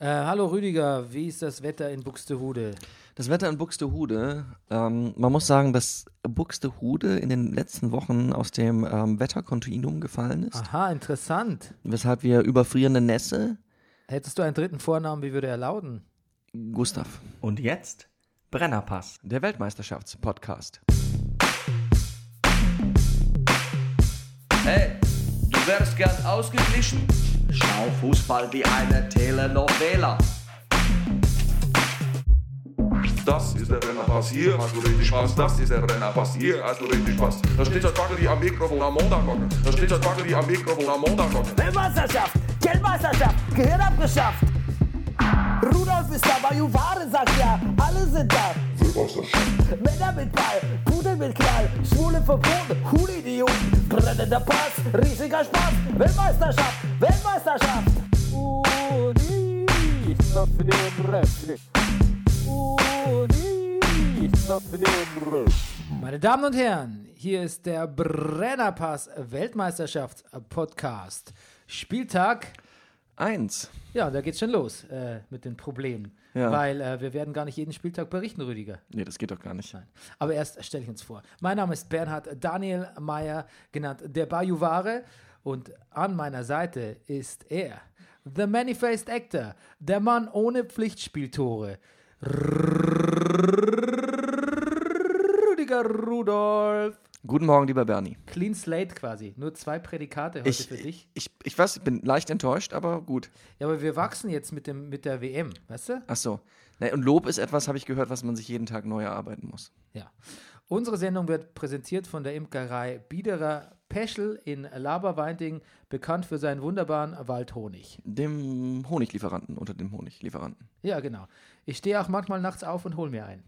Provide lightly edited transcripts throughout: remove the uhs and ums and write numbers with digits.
Hallo Rüdiger, wie ist das Wetter in Buxtehude? Das Wetter in Buxtehude, man muss sagen, dass Buxtehude in den letzten Wochen aus dem Wetterkontinuum gefallen ist. Aha, interessant. Weshalb wir überfrierende Nässe. Hättest du einen dritten Vornamen, wie würde er lauten? Gustav. Und jetzt Brennerpass. Der Weltmeisterschaftspodcast. Hey, du wärst gern ausgeglichen? Schau Fußball wie eine Telenovela. Das ist der Brennerpass, hier hast du richtig Spaß. Das ist der Brennerpass, hier hast du richtig Spaß. Da steht das Baggeli am Mikrofon am Montagmorgen. Da steht das Baggeli am Mikrofon am Montagmorgen. Weltmeisterschaft, Geldmeisterschaft, Gehirn abgeschafft. Rudolf ist da, Bajuware sagt ja, alle sind da. Männer mit Ball, Pudel mit Knall, Schwule verboten, Idioten, brennender Pass, riesiger Spaß. Weltmeisterschaft, Weltmeisterschaft. Nicht noch für den Rest. Meine Damen und Herren, hier ist der Brennerpass Weltmeisterschaftspodcast. Spieltag 1. Ja, da geht's schon los mit den Problemen. Ja. Weil wir werden gar nicht jeden Spieltag berichten, Rüdiger. Nee, das geht doch gar nicht. Nein. Aber erst stelle ich uns vor. Mein Name ist Bernhard Daniel Meyer, genannt der Bajuware. Und an meiner Seite ist er, The Many-Faced Actor, der Mann ohne Pflichtspieltore, Rüdiger Rudolf. Guten Morgen, lieber Bernie. Clean Slate quasi. Nur 2 Prädikate heute für dich. Ich weiß, ich bin leicht enttäuscht, aber gut. Ja, aber wir wachsen jetzt mit der WM, weißt du? Ach so. Und Lob ist etwas, habe ich gehört, was man sich jeden Tag neu erarbeiten muss. Ja. Unsere Sendung wird präsentiert von der Imkerei Biederer Peschel in Laberweinting, bekannt für seinen wunderbaren Waldhonig. Dem Honiglieferanten, unter dem Honiglieferanten. Ja, genau. Ich stehe auch manchmal nachts auf und hole mir einen.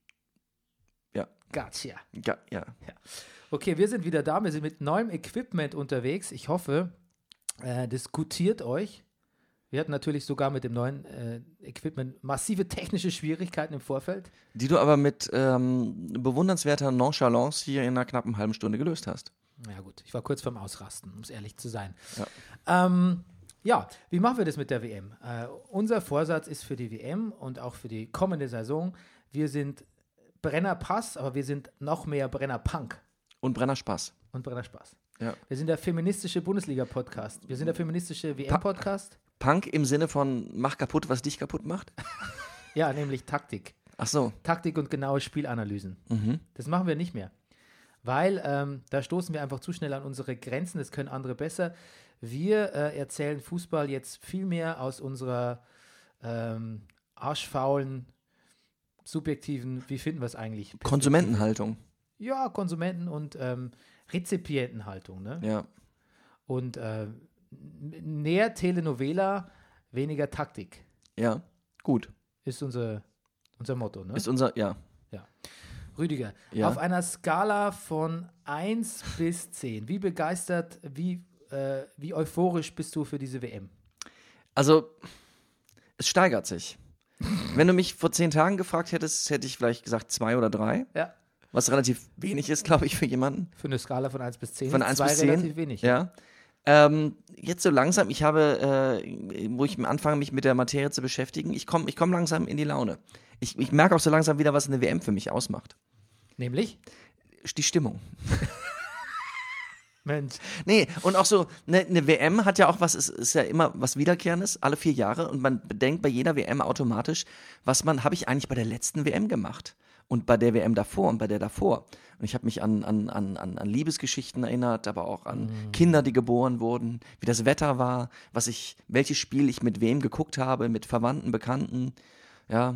Ja. Gotcha. Ja. Okay, wir sind wieder da. Wir sind mit neuem Equipment unterwegs. Ich hoffe, das gutiert euch. Wir hatten natürlich sogar mit dem neuen Equipment massive technische Schwierigkeiten im Vorfeld. Die du aber mit bewundernswerter Nonchalance hier in einer knappen halben Stunde gelöst hast. Ja gut, ich war kurz vorm Ausrasten, um es ehrlich zu sein. Ja. Ja, wie machen wir das mit der WM? Unser Vorsatz ist für die WM und auch für die kommende Saison, wir sind Brennerpass, aber wir sind noch mehr Brennerpunk. Und Brennerspaß. Und Brennerspaß. Ja. Wir sind der feministische Bundesliga-Podcast. Wir sind der feministische WM-Podcast. Punk im Sinne von mach kaputt, was dich kaputt macht? Ja, nämlich Taktik. Ach so. Taktik und genaue Spielanalysen. Mhm. Das machen wir nicht mehr. Weil da stoßen wir einfach zu schnell an unsere Grenzen. Das können andere besser. Wir erzählen Fußball jetzt viel mehr aus unserer arschfaulen, subjektiven, wie finden wir es eigentlich? Konsumentenhaltung. Ja, Konsumenten- und Rezipientenhaltung. Ne? Ja. Und mehr Telenovela, weniger Taktik. Ja. Gut. Ist unser Motto. Ne? Ist unser, ja. Rüdiger, Ja. auf einer Skala von 1 bis 10, wie begeistert, wie euphorisch bist du für diese WM? Also, es steigert sich. Wenn du mich vor 10 Tagen gefragt hättest, hätte ich vielleicht gesagt 2 oder 3. Ja. Was relativ wenig ist, glaube ich, für jemanden. Für eine Skala von 1 bis 10. Von 1 bis 10. Relativ wenig. Ja. Jetzt so langsam, wo ich anfange, mich mit der Materie zu beschäftigen, ich komm langsam in die Laune. Ich merke auch so langsam wieder, was eine WM für mich ausmacht. Nämlich? Die Stimmung. Mensch. Nee, und auch so, eine WM hat ja auch was, ist ja immer was Wiederkehrendes, alle 4 Jahre. Und man bedenkt bei jeder WM automatisch, habe ich eigentlich bei der letzten WM gemacht? Und bei der WM davor und bei der davor. Und ich habe mich an Liebesgeschichten erinnert, aber auch an Kinder, die geboren wurden, wie das Wetter war, welches Spiel ich mit wem geguckt habe, mit Verwandten, Bekannten. Ja.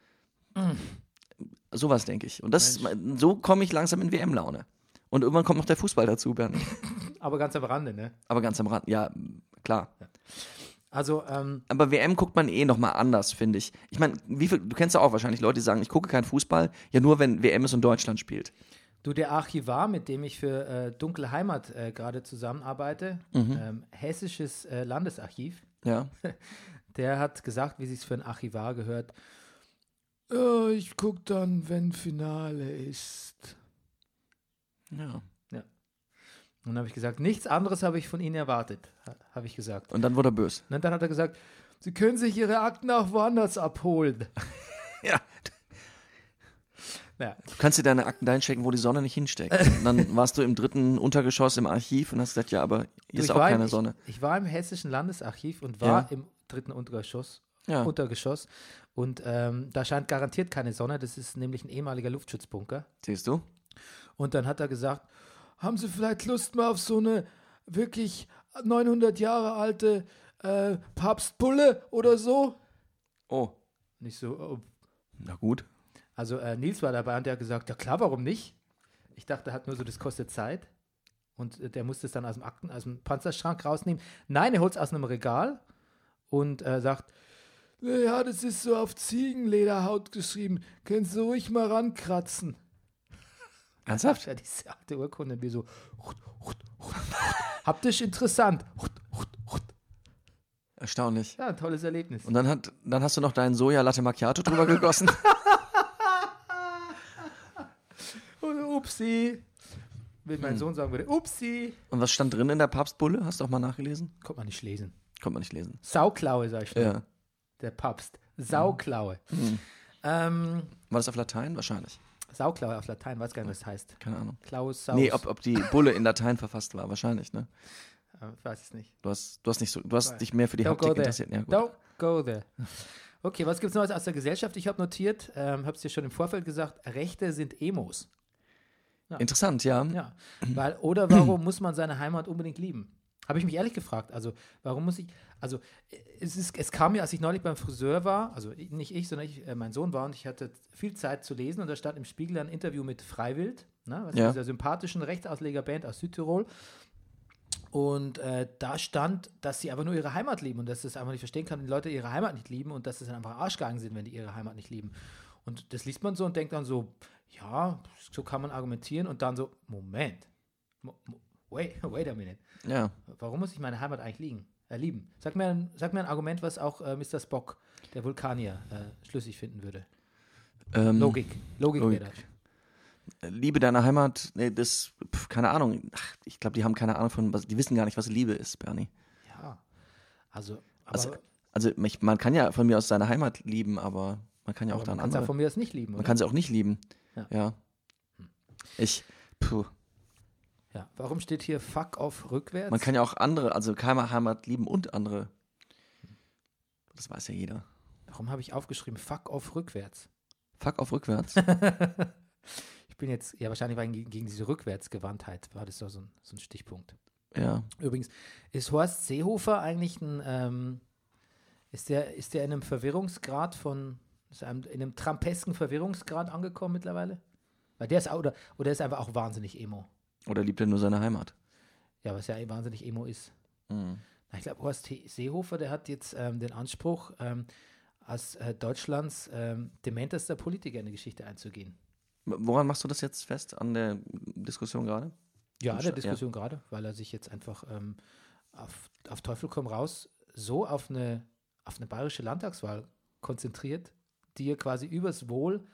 Sowas denke ich. Und so komme ich langsam in WM-Laune. Und irgendwann kommt noch der Fußball dazu, Bernd. Aber ganz am Rande, ne? Aber ganz am Rand, ja, klar. Also, Aber WM guckt man nochmal anders, finde ich. Ich meine, du kennst ja auch wahrscheinlich Leute, die sagen, ich gucke keinen Fußball, ja nur, wenn WM ist und Deutschland spielt. du, der Archivar, mit dem ich für Dunkle Heimat gerade zusammenarbeite, Hessisches Landesarchiv, Ja. der hat gesagt, wie sich's für ein Archivar gehört, ich gucke dann, wenn Finale ist. Ja. Und dann habe ich gesagt, nichts anderes habe ich von Ihnen erwartet, habe ich gesagt. Und dann wurde er böse. Und dann hat er gesagt, Sie können sich Ihre Akten auch woanders abholen. Ja. Ja. Du kannst dir deine Akten dahin stecken, wo die Sonne nicht hinsteckt. Und dann warst du im 3. Untergeschoss im Archiv und hast gesagt, ja, aber hier ist auch keine Sonne. Ich war im Hessischen Landesarchiv und war im 3. Untergeschoss. Ja. Und da scheint garantiert keine Sonne. Das ist nämlich ein ehemaliger Luftschutzbunker. Siehst du? Und dann hat er gesagt, haben Sie vielleicht Lust mal auf so eine wirklich 900 Jahre alte Papstbulle oder so? Oh, Nicht so. Oh. na gut. Also Nils war dabei und der hat gesagt, ja klar, warum nicht? Ich dachte, er hat nur so, das kostet Zeit. Und der musste es dann aus dem Panzerschrank rausnehmen. Nein, er holt es aus einem Regal und sagt, ja, das ist so auf Ziegenlederhaut geschrieben. Können Sie ruhig mal rankratzen. Ernsthaft? Ja, diese alte Urkunde, wie so haptisch interessant. Erstaunlich. Ja, ein tolles Erlebnis. Und dann hast du noch deinen Soja-Latte Macchiato drüber gegossen. Upsi. Wie mein Sohn sagen würde, Upsi. Und was stand drin in der Papstbulle? Hast du auch mal nachgelesen? Kommt man nicht lesen. Konnte man nicht lesen. Sauklaue, sag ich nur. Ja. Der Papst. Sauklaue. War das auf Latein? Wahrscheinlich. Sauklaue auf Latein, weiß gar nicht, was das heißt. Keine Ahnung. Klaus, Saus. Nee, ob die Bulle in Latein verfasst war. Wahrscheinlich, ne? Ich weiß es nicht. Du hast dich mehr für die Don't Haptik go there. interessiert. Ja, gut. Don't go there. Okay, was gibt's Neues aus der Gesellschaft? Ich habe notiert, habe es dir schon im Vorfeld gesagt, Rechte sind Emos. Interessant, ja. Ja, oder warum muss man seine Heimat unbedingt lieben? Habe ich mich ehrlich gefragt. Also, warum muss ich, also, es kam mir, als ich neulich beim Friseur war, also nicht ich, sondern mein Sohn war und ich hatte viel Zeit zu lesen und da stand im Spiegel ein Interview mit Freiwild, ne, dieser sympathischen Rechtsauslegerband aus Südtirol. Und da stand, dass sie einfach nur ihre Heimat lieben und dass sie es einfach nicht verstehen kann, wenn die Leute ihre Heimat nicht lieben und dass es dann einfach Arschgeigen sind, wenn die ihre Heimat nicht lieben. Und das liest man so und denkt dann so, ja, so kann man argumentieren und dann so, Moment, wait a minute. Ja. Warum muss ich meine Heimat eigentlich lieben? Sag mir ein Argument, was auch Mr. Spock, der Vulkanier, schlüssig finden würde. Logik wäre das. Liebe deiner Heimat, nee, keine Ahnung. Ich glaube, die haben keine Ahnung die wissen gar nicht, was Liebe ist, Bernie. Ja, also man kann ja von mir aus seine Heimat lieben, aber man kann ja auch dann man kann andere. es von mir aus nicht lieben, Man oder? kann sie auch nicht lieben. Ja. Ja. Warum steht hier Fuck off rückwärts? Man kann ja auch andere, also keine Heimat lieben und andere. Das weiß ja jeder. Warum habe ich aufgeschrieben Fuck off rückwärts? Fuck auf rückwärts. Ich bin jetzt, ja wahrscheinlich gegen diese Rückwärtsgewandtheit war das so ein Stichpunkt. Ja. Übrigens, ist Horst Seehofer eigentlich ist der in einem Verwirrungsgrad in einem trumpesken Verwirrungsgrad angekommen mittlerweile? Weil der ist auch, oder ist einfach auch wahnsinnig emo. Oder liebt er nur seine Heimat? Ja, was ja wahnsinnig emo ist. Mhm. Na, ich glaube, Horst Seehofer, der hat jetzt den Anspruch, als Deutschlands dementester Politiker in die Geschichte einzugehen. Woran machst du das jetzt fest? An der Diskussion gerade? Ja, an der Diskussion gerade, weil er sich jetzt einfach auf Teufel komm raus so auf eine bayerische Landtagswahl konzentriert, die er quasi übers Wohl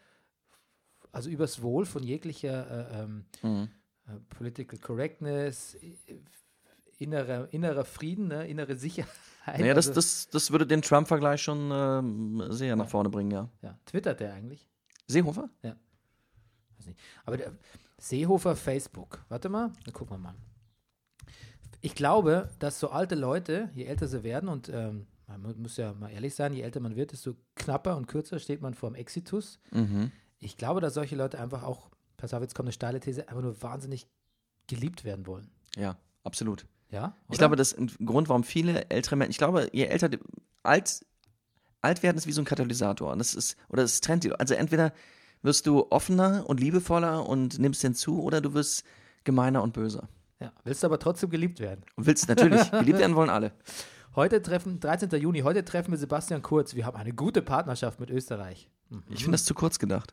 von jeglicher Political Correctness, innerer Frieden, ne, innere Sicherheit. Naja, das würde den Trump-Vergleich schon sehr nach vorne bringen, ja. Ja, twittert der eigentlich? Seehofer? Ja. Weiß nicht. Aber der Seehofer Facebook. Warte mal, dann gucken wir mal. Ich glaube, dass so alte Leute, je älter sie werden und man muss ja mal ehrlich sein, je älter man wird, desto knapper und kürzer steht man vor dem Exitus. Mhm. Ich glaube, dass solche Leute einfach auch, pass auf, jetzt kommt eine steile These, einfach nur wahnsinnig geliebt werden wollen. Ja, absolut. Ja? Oder? Ich glaube, das ist ein Grund, warum viele ältere Menschen, ich glaube, je älter, alt werden ist wie so ein Katalysator. Und das trennt die. Also entweder wirst du offener und liebevoller und nimmst hinzu, oder du wirst gemeiner und böser. Ja, willst du aber trotzdem geliebt werden. Und willst natürlich, geliebt werden wollen alle. 13. Juni, heute treffen wir Sebastian Kurz. Wir haben eine gute Partnerschaft mit Österreich. Ich finde das zu kurz gedacht.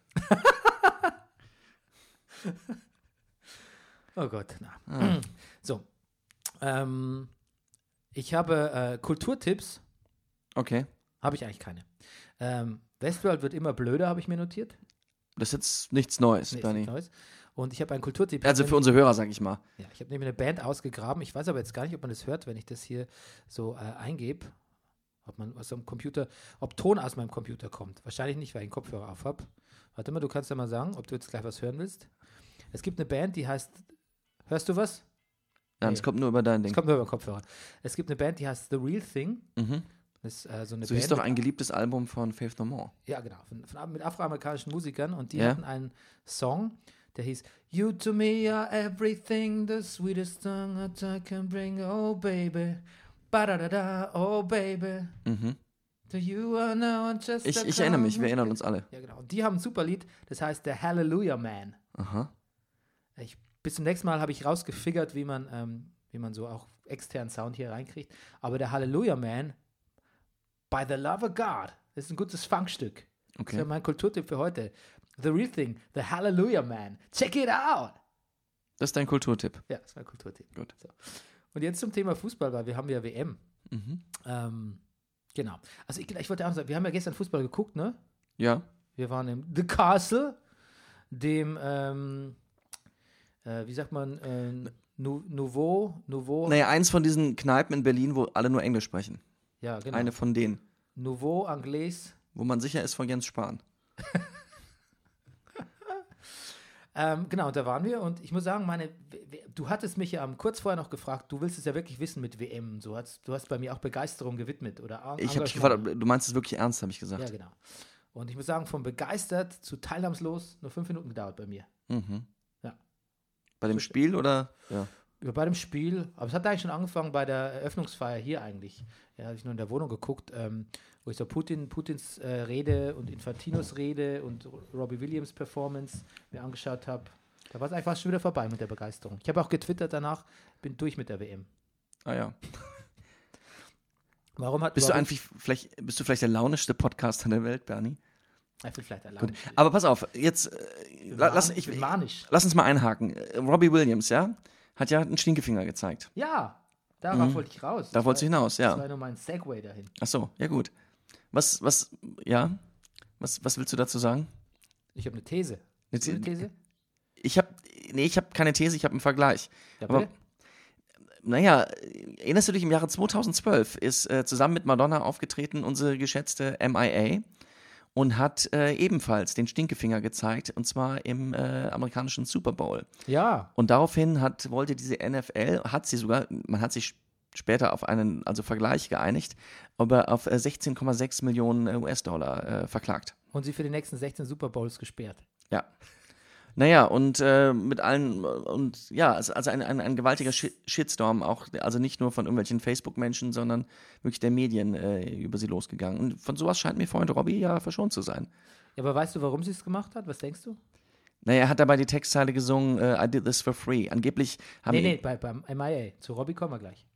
Oh Gott, na. So. Ich habe Kulturtipps. Okay. Habe ich eigentlich keine. Westworld wird immer blöder, habe ich mir notiert. Das ist jetzt nichts Neues, Nee, ist Bernie. nichts Neues. Und ich habe einen Kulturtipp. Also für unsere Hörer, sag ich mal. Ja, ich habe nämlich eine Band ausgegraben. Ich weiß aber jetzt gar nicht, ob man das hört, wenn ich das hier so eingebe. Ob man aus dem Computer, ob Ton aus meinem Computer kommt. Wahrscheinlich nicht, weil ich einen Kopfhörer auf habe. Warte mal, du kannst ja mal sagen, ob du jetzt gleich was hören willst. Es gibt eine Band, die heißt, hörst du was? Nein, es kommt nur über dein Ding. Es kommt nur über den Kopfhörer. Es gibt eine Band, die heißt The Real Thing. Mhm. Das ist so eine So Band. hieß doch ein geliebtes Album von Faith No More. Ja, genau. Mit afroamerikanischen Musikern. Und die Ja. hatten einen Song, der hieß You to me are everything, the sweetest song that I can bring, oh baby. Ba-da-da-da, oh baby. Mhm. To you are now just a Ich erinnere mich, wir clown. erinnern uns alle. Ja, genau. Und die haben ein super Lied, das heißt The Hallelujah Man. Aha. Bis zum nächsten Mal habe ich rausgefigert, wie man so auch externen Sound hier reinkriegt. Aber der Hallelujah Man, By the Love of God, das ist ein gutes Funkstück. Das Okay. ist ja mein Kulturtipp für heute. The Real Thing, The Hallelujah Man. Check it out! Das ist dein Kulturtipp. Ja, das ist mein Kulturtipp. Gut. So. Und jetzt zum Thema Fußball, weil wir haben ja WM. Mhm. Genau. Also ich wollte auch sagen, wir haben ja gestern Fußball geguckt, ne? Ja. Wir waren im The Castle, dem, wie sagt man, Nouveau, Naja, eins von diesen Kneipen in Berlin, wo alle nur Englisch sprechen. ja, genau. Eine von denen, Nouveau Anglais. wo man sicher ist von Jens Spahn. Genau, da waren wir und ich muss sagen, du hattest mich ja kurz vorher noch gefragt, du willst es ja wirklich wissen mit WM. Du hast bei mir auch Begeisterung gewidmet, oder? Ich habe dich Engagement. gefragt, du meinst es wirklich ernst, habe ich gesagt. Ja, genau. Und ich muss sagen, von begeistert zu teilnahmslos nur 5 Minuten gedauert bei mir. Mhm. Ja. Bei dem Spiel oder? Ja. Ja, bei dem Spiel, aber es hat eigentlich schon angefangen bei der Eröffnungsfeier hier eigentlich. Ja, habe ich nur in der Wohnung geguckt, wo ich so Putins Rede und Infantinos Rede und Robbie Williams Performance mir angeschaut habe. Da war es einfach schon wieder vorbei mit der Begeisterung. Ich habe auch getwittert danach, bin durch mit der WM. Ah ja. Warum hat Bist du Robbie- vielleicht der launischste Podcaster der Welt, Bernie? Ich bin vielleicht allein. Gut. Aber pass auf, jetzt lass bin manisch. uns mal einhaken. Robbie Williams, ja, hat ja einen Stinkefinger gezeigt. Ja, darauf wollte ich raus. Da wolltest du hinaus, Das war ja. nur mein Segway dahin. Ach so, ja gut. Was willst du dazu sagen? Ich habe eine These. Eine Hast du eine These? Ich habe keine These, ich habe einen Vergleich. Ja, Aber bitte? naja, erinnerst du dich, im Jahre 2012 ist zusammen mit Madonna aufgetreten unsere geschätzte MIA und hat ebenfalls den Stinkefinger gezeigt, und zwar im amerikanischen Super Bowl. Ja. Und daraufhin wollte diese NFL, man hat sich später auf einen Vergleich geeinigt, aber auf 16,6 Millionen US-Dollar verklagt. Und sie für die nächsten 16 Super Bowls gesperrt. Ja. Naja, und mit allen, und ja, also ein gewaltiger Shitstorm, auch, also nicht nur von irgendwelchen Facebook-Menschen, sondern wirklich der Medien über sie losgegangen. Und von sowas scheint mir Freund Robbie ja verschont zu sein. Ja, aber weißt du, warum sie es gemacht hat? Was denkst du? Naja, er hat dabei die Textzeile gesungen, I did this for free. Angeblich haben beim MIA. Zu Robbie kommen wir gleich.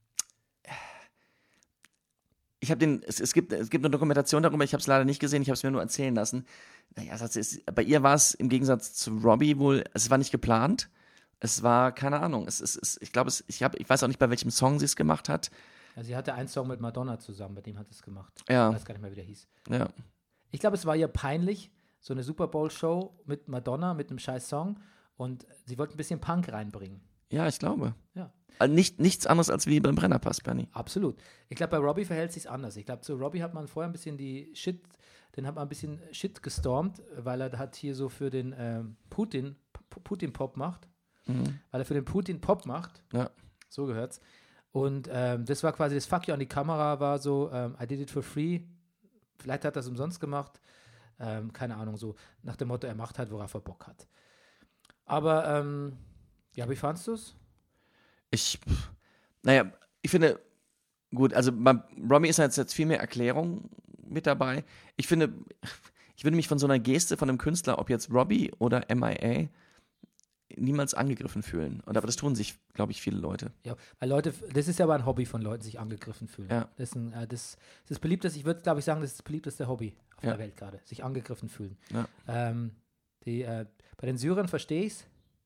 es gibt eine Dokumentation darüber, ich habe es leider nicht gesehen, ich habe es mir nur erzählen lassen. Naja, bei ihr war es im Gegensatz zu Robbie wohl, es war nicht geplant, es war, keine Ahnung, ich glaube, ich weiß auch nicht, bei welchem Song sie es gemacht hat. Also sie hatte einen Song mit Madonna zusammen, bei dem hat es gemacht. Ja. Ich weiß gar nicht mehr, wie der hieß. Ja. Ich glaube, es war ihr peinlich, so eine Super Bowl-Show mit Madonna, mit einem scheiß Song, und sie wollte ein bisschen Punk reinbringen. Ja, ich glaube. Ja, Also nichts anderes als wie beim Brennerpass, Bernie. absolut. Ich glaube, bei Robbie verhält sich anders. Ich glaube, zu Robbie hat man vorher ein bisschen den hat man ein bisschen Shit gestormt, weil er hat hier so für den Putin-Pop macht. Weil er für den Putin Pop macht. Ja. So gehört's. Und das war quasi das Fuck you an die Kamera, war so, I did it for free. Vielleicht hat er es umsonst gemacht. Keine Ahnung, so nach dem Motto, er macht halt, worauf er Bock hat. Aber, ja, wie fandst du es? Ich finde, gut, also bei Robbie ist jetzt viel mehr Erklärung mit dabei. Ich finde, ich würde mich von so einer Geste von einem Künstler, ob jetzt Robbie oder MIA, niemals angegriffen fühlen. Aber das tun sich, glaube ich, viele Leute. Ja, weil Leute, das ist ja aber ein Hobby von Leuten, sich angegriffen fühlen. Ja. Das ist beliebtes, ich würde, glaube ich, sagen, das ist das beliebteste Hobby auf Ja. der Welt gerade, sich angegriffen fühlen. Ja. Bei den Syrern verstehe ich es.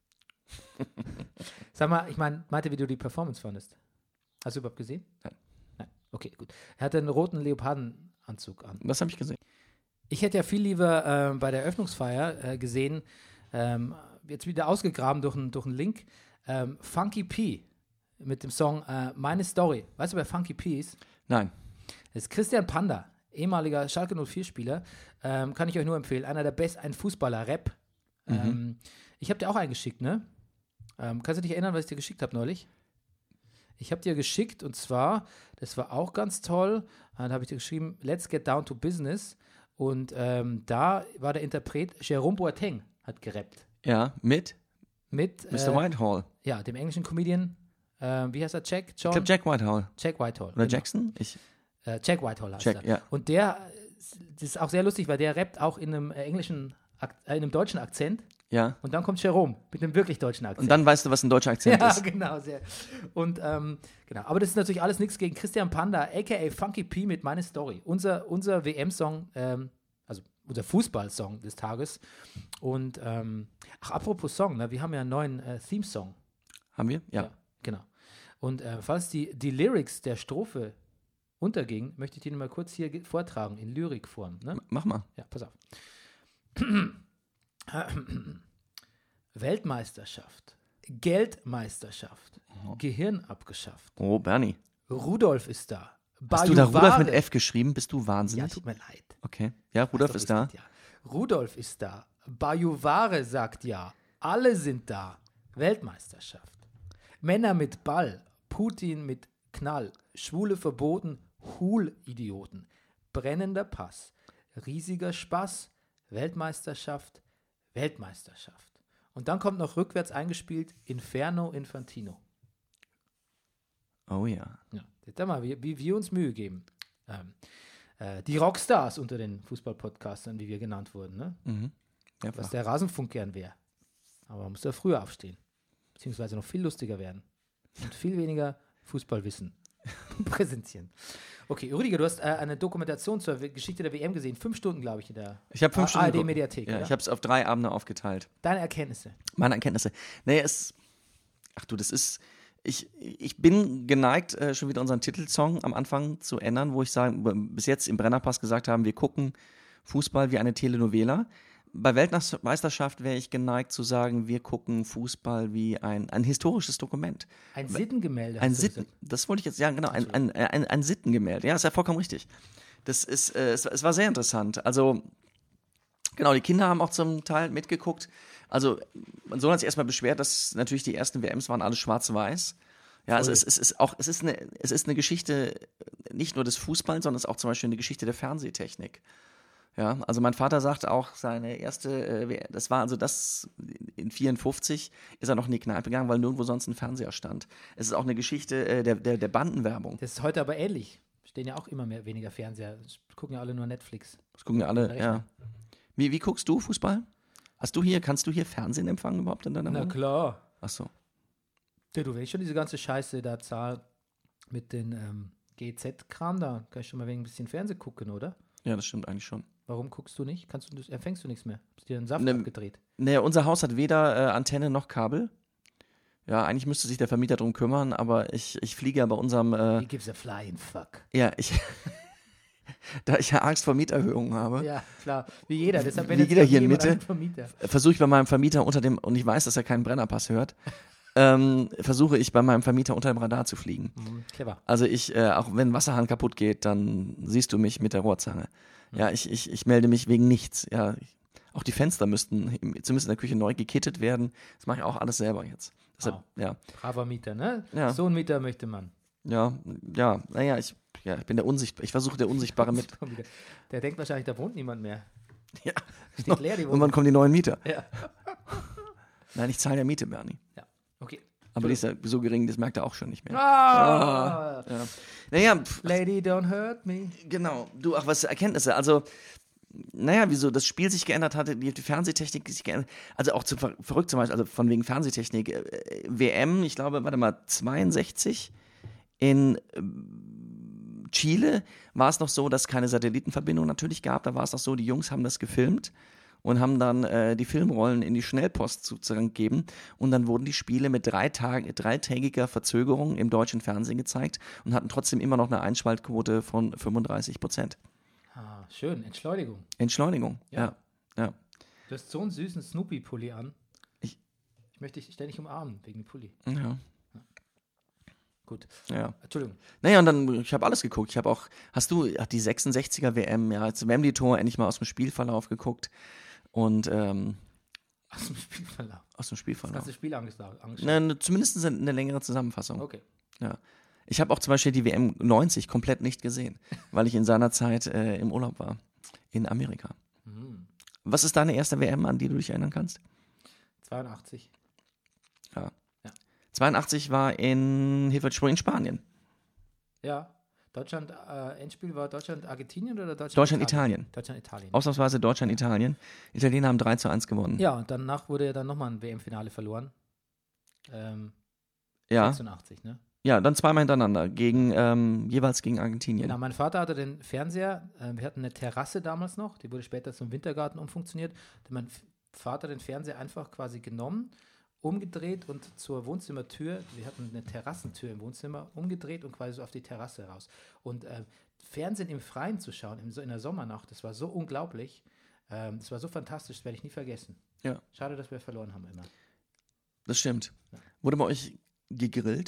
Sag mal, meinte, wie du die Performance fandest. Hast du überhaupt gesehen? Nein. Okay, gut. Er hatte einen roten Leopardenanzug an. Das habe ich gesehen. Ich hätte ja viel lieber bei der Eröffnungsfeier gesehen, jetzt wieder ausgegraben durch einen Link, Funky P mit dem Song Meine Story. Weißt du, wer Funky P ist? Nein. Das ist Christian Panda, ehemaliger Schalke 04-Spieler. Kann ich euch nur empfehlen. Einer der besten, ein Fußballer-Rap. Ich habe dir auch einen geschickt, ne? Kannst du dich erinnern, was ich dir geschickt habe neulich? Ich habe dir geschickt, und zwar, das war auch ganz toll, dann habe ich dir geschrieben, Let's Get Down to Business. Und da war der Interpret Jerome Boateng, hat gerappt. Ja, mit Mr. Whitehall. Ja, dem englischen Comedian, wie heißt er, John? Ich glaube Jack Whitehall. Jack Whitehall. Oder genau. Jackson? Jack Whitehall heißt Jack, er. ja. Und das ist auch sehr lustig, weil der rappt auch in einem einem deutschen Akzent. Ja. Und dann kommt Jerome mit einem wirklich deutschen Akzent. Und dann weißt du, was ein deutscher Akzent ja, ist. genau, sehr. Und genau, aber das ist natürlich alles nichts gegen Christian Panda, a.k.a. Funky P mit Meine Story. Unser WM-Song, also unser Fußball-Song des Tages. Und, apropos Song, ne, wir haben ja einen neuen Theme-Song. Haben wir? Ja. Genau. Und falls die Lyrics der Strophe untergingen, möchte ich die mal kurz hier vortragen, in Lyrikform. Ne? Mach mal. Ja, pass auf. Weltmeisterschaft, Geldmeisterschaft, Gehirn abgeschafft. Oh, Bernie. Rudolf ist da. Hast du da Rudolf Bajuware. mit F geschrieben? Bist du wahnsinnig? Ja, tut mir leid. Okay. Ja, Rudolf Hast ist doch da. gesagt, ja. Rudolf ist da. Bajuware sagt ja. Alle sind da. Weltmeisterschaft. Männer mit Ball. Putin mit Knall. Schwule verboten. Hul-Idioten. Brennender Pass. Riesiger Spaß. Weltmeisterschaft. Weltmeisterschaft. Und dann kommt noch rückwärts eingespielt Inferno Infantino. Oh ja. Ja, seht ihr mal, wie wir uns Mühe geben. Die Rockstars unter den Fußball-Podcastern, wie wir genannt wurden, ne? Ja, Was der Rasenfunk gern wäre. Aber man muss ja früher aufstehen. Beziehungsweise noch viel lustiger werden. Und viel weniger Fußballwissen präsentieren. Okay, Rüdiger, du hast eine Dokumentation zur Geschichte der WM gesehen. 5 Stunden, glaube ich, in der Ich habe 5 Stunden ARD-Mediathek. Ja, oder? ich habe es auf 3 Abende aufgeteilt. Deine Erkenntnisse. Meine Erkenntnisse. Nee, das ist. Ich bin geneigt, schon wieder unseren Titelsong am Anfang zu ändern, wo ich sage, bis jetzt im Brennerpass gesagt haben, wir gucken Fußball wie eine Telenovela. Bei Weltmeisterschaft wäre ich geneigt zu sagen, wir gucken Fußball wie ein historisches Dokument. Ein Sittengemälde. Ein hast du Sitten, gesagt. das wollte ich jetzt sagen, genau, ein Sittengemälde. Ja, ist ja vollkommen richtig. Das ist, es war sehr interessant. Also, genau, die Kinder haben auch zum Teil mitgeguckt. Also, mein Sohn hat sich erstmal beschwert, dass natürlich die ersten WMs waren alles schwarz-weiß. Ja, also es ist eine Geschichte nicht nur des Fußballs, sondern es ist auch zum Beispiel eine Geschichte der Fernsehtechnik. Ja, also mein Vater sagt auch, seine erste, das war also das, in 54 ist er noch in die Kneipe gegangen, weil nirgendwo sonst ein Fernseher stand. Es ist auch eine Geschichte der Bandenwerbung. Das ist heute aber ähnlich. Stehen ja auch immer weniger Fernseher. Gucken ja alle nur Netflix. Das gucken ja alle, Rechner. ja. Wie guckst du Fußball? Kannst du hier Fernsehen empfangen überhaupt in deiner Na Wohnung? klar. Ach so. Ja, du, wenn ich schon diese ganze Scheiße da zahle mit den GZ-Kram da, kann ich schon mal wegen ein bisschen Fernsehen gucken, oder? Ja, das stimmt eigentlich schon. Warum guckst du nicht? Empfängst du nichts mehr? Hast dir einen Saft Ne, abgedreht? Naja, unser Haus hat weder Antenne noch Kabel. Ja, eigentlich müsste sich der Vermieter drum kümmern, aber ich fliege ja bei unserem, He gives a flying fuck. da ich ja Angst vor Mieterhöhungen habe, Ja, klar. Wie jeder. Deshalb Wie jeder hier in jemand Mitte. einen Vermieter. versuche ich bei meinem Vermieter und ich weiß, dass er keinen Brennerpass hört, versuche ich bei meinem Vermieter unter dem Radar zu fliegen. Clever. Also auch wenn ein Wasserhahn kaputt geht, dann siehst du mich mit der Rohrzange. Ja, ich melde mich wegen nichts. Ja, auch die Fenster müssten zumindest in der Küche neu gekittet werden. Das mache ich auch alles selber jetzt. Deshalb, ja, Braver Mieter, ne? Ja. So einen Mieter möchte man. naja, ich bin ich versuche der Unsichtbare mit. Der denkt wahrscheinlich, da wohnt niemand mehr. Ja. Steht leer, die Und Wohnung. wann kommen die neuen Mieter? Ja. Nein, ich zahle ja Miete, Bernie. Ja. Okay. Aber die ist ja so gering, das merkt er auch schon nicht mehr. Ah! Ja. Naja, Lady, don't hurt me. genau. Du, was Erkenntnisse. Also, naja, wieso das Spiel sich geändert hatte, die Fernsehtechnik sich geändert. Also auch verrückt zum Beispiel, also von wegen Fernsehtechnik. WM, ich glaube, 62 in Chile war es noch so, dass es keine Satellitenverbindung natürlich gab. Da war es noch so, die Jungs haben das gefilmt und haben dann die Filmrollen in die Schnellpost sozusagen gegeben. Und dann wurden die Spiele mit dreitägiger Verzögerung im deutschen Fernsehen gezeigt und hatten trotzdem immer noch eine Einschaltquote von 35%. Ah, schön. Entschleunigung, ja. Du hast so einen süßen Snoopy-Pulli an. Ich möchte dich ständig umarmen wegen dem Pulli. Ja. Gut. Ja. Entschuldigung. Naja, und dann, ich habe alles geguckt. Ich habe auch, die 66er WM, ja, als Wembley-Tor endlich mal aus dem Spielverlauf geguckt. Und, Aus dem Spielverlauf. aus dem Das Spielverlauf. ganze Spiel angeschaut. Zumindest eine längere Zusammenfassung. Okay. Ja. Ich habe auch zum Beispiel die WM 90 komplett nicht gesehen, weil ich in seiner Zeit im Urlaub war. In Amerika. Was ist deine erste WM, an die du dich erinnern kannst? 82. Ja. Ja. 82 war in Spanien. Ja. Deutschland, Endspiel war Deutschland-Argentinien oder Deutschland-Italien. Deutschland-Italien. Ausnahmsweise Deutschland-Italien. Italiener haben 3:1 gewonnen. Ja, und danach wurde ja dann nochmal ein WM-Finale verloren. Ja. 86, ne? Ja, dann zweimal hintereinander, jeweils gegen Argentinien. Genau, mein Vater hatte den Fernseher, wir hatten eine Terrasse damals noch, die wurde später zum Wintergarten umfunktioniert. Hat mein Vater den Fernseher einfach quasi genommen, umgedreht und zur Wohnzimmertür, wir hatten eine Terrassentür im Wohnzimmer, umgedreht und quasi so auf die Terrasse raus. Und Fernsehen im Freien zu schauen, in der Sommernacht, das war so unglaublich, das war so fantastisch, das werde ich nie vergessen. Ja. Schade, dass wir verloren haben immer. Das stimmt. Wurde bei euch gegrillt?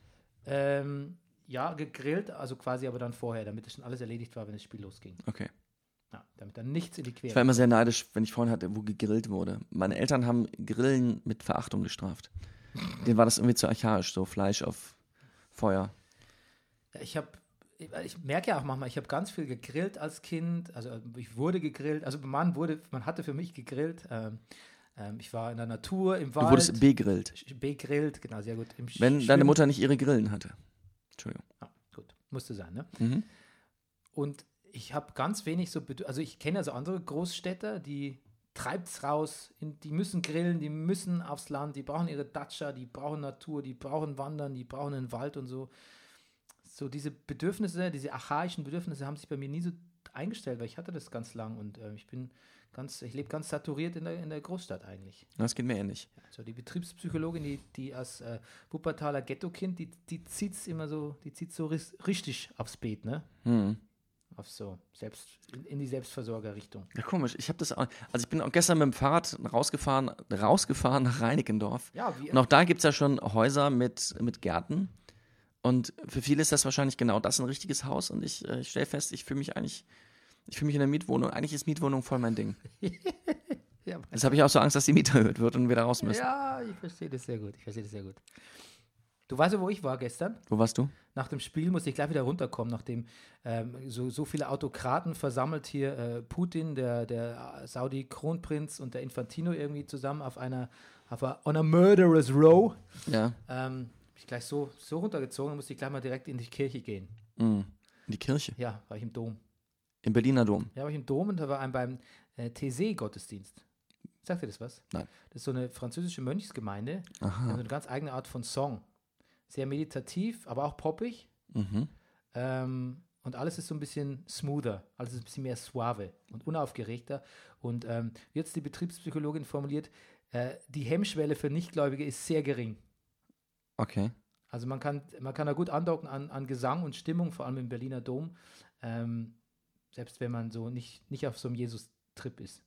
Ja, gegrillt, also quasi aber dann vorher, damit es schon alles erledigt war, wenn das Spiel losging. Okay. Ja, damit dann nichts in die Quere. Ich war immer sehr neidisch, wenn ich Freunde hatte, wo gegrillt wurde. Meine Eltern haben Grillen mit Verachtung gestraft. Denen war das irgendwie zu archaisch, so Fleisch auf Feuer. Ja, ich merke ja auch manchmal, ich habe ganz viel gegrillt als Kind, also ich wurde gegrillt, also man hatte für mich gegrillt. Ich war in der Natur, im Wald. Du wurdest begrillt. Begrillt, genau, sehr gut. Wenn deine Mutter nicht ihre Grillen hatte. Entschuldigung. Ja, gut, musste sein, ne? Mhm. Und ich habe ganz wenig also ich kenne also andere Großstädter, die treibt's raus, die müssen grillen, die müssen aufs Land, die brauchen ihre Datscha, die brauchen Natur, die brauchen Wandern, die brauchen einen Wald und so. So diese Bedürfnisse, diese archaischen Bedürfnisse haben sich bei mir nie so eingestellt, weil ich hatte das ganz lang und ich lebe ganz saturiert in der Großstadt eigentlich. Das geht mir ähnlich. Also die Betriebspsychologin, die als Wuppertaler Ghetto-Kind, die zieht so richtig aufs Beet, ne? Mhm. Auf so, in die Selbstversorgerrichtung. Ja, komisch. Ich bin auch gestern mit dem Fahrrad rausgefahren nach Reinickendorf. Ja, und auch da gibt es ja schon Häuser mit Gärten. Und für viele ist das wahrscheinlich genau das ein richtiges Haus. Und ich stelle fest, ich fühle mich in der Mietwohnung. Eigentlich ist Mietwohnung voll mein Ding. Ja, Jetzt habe ich auch so Angst, dass die Miete erhöht wird und wir da raus müssen. ja, ich verstehe das sehr gut. Du weißt ja, wo ich war gestern? Wo warst du? Nach dem Spiel musste ich gleich wieder runterkommen, nachdem so viele Autokraten versammelt hier, Putin, der Saudi-Kronprinz und der Infantino irgendwie zusammen on a murderous row. Ja. Ich gleich so runtergezogen, musste ich gleich mal direkt in die Kirche gehen. In die Kirche? Ja, war ich im Dom. Im Berliner Dom? Ja, war ich im Dom und da war beim Taizé-Gottesdienst. Sagt dir das was? Nein. Das ist so eine französische Mönchsgemeinde. Aha. Die haben so eine ganz eigene Art von Song. Sehr meditativ, aber auch poppig. Mhm. Und alles ist so ein bisschen smoother, alles ist ein bisschen mehr suave und unaufgeregter. Und wie jetzt die Betriebspsychologin formuliert, die Hemmschwelle für Nichtgläubige ist sehr gering. Okay. Also man kann da gut andocken an Gesang und Stimmung, vor allem im Berliner Dom, selbst wenn man so nicht auf so einem Jesus-Trip ist.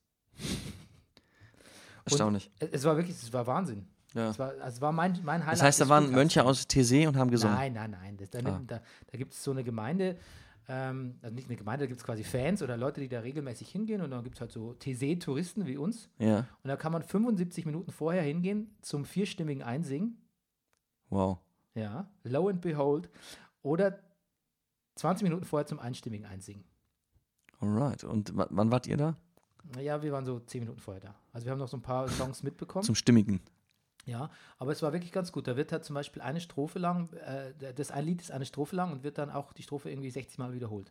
Erstaunlich. Und es war Wahnsinn. Ja. Es war mein Highlight. Das heißt, da waren Mönche aus Taizé und haben gesungen? Nein. Da gibt es so eine Gemeinde, also nicht eine Gemeinde, da gibt es quasi Fans oder Leute, die da regelmäßig hingehen und dann gibt es halt so Taizé-Touristen wie uns. Ja. Und da kann man 75 Minuten vorher hingehen zum vierstimmigen Einsingen. Wow. Ja, lo and behold. Oder 20 Minuten vorher zum einstimmigen Einsingen. Alright. Und wann wart ihr da? Naja, wir waren so 10 Minuten vorher da. Also wir haben noch so ein paar Songs mitbekommen. Zum Stimmigen. Ja, aber es war wirklich ganz gut. Da wird halt zum Beispiel eine Strophe lang, ein Lied ist eine Strophe lang und wird dann auch die Strophe irgendwie 60 Mal wiederholt.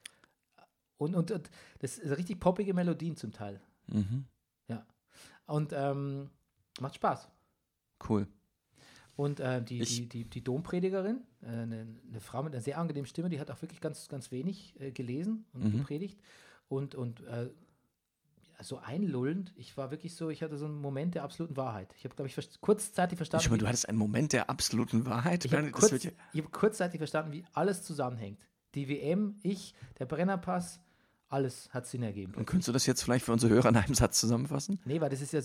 Und das ist richtig poppige Melodien zum Teil. Mhm. Ja. Und macht Spaß. Cool. Und die Dompredigerin, eine Frau mit einer sehr angenehmen Stimme, die hat auch wirklich ganz, ganz wenig gelesen und gepredigt. Und so einlullend, ich hatte so einen Moment der absoluten Wahrheit. Ich habe, glaube ich, kurzzeitig verstanden. Du hattest einen Moment der absoluten Wahrheit? Ich habe kurzzeitig verstanden, wie alles zusammenhängt. Die WM, der Brennerpass Alles hat Sinn ergeben. Und könntest du das jetzt vielleicht für unsere Hörer in einem Satz zusammenfassen? Nee, weil das ist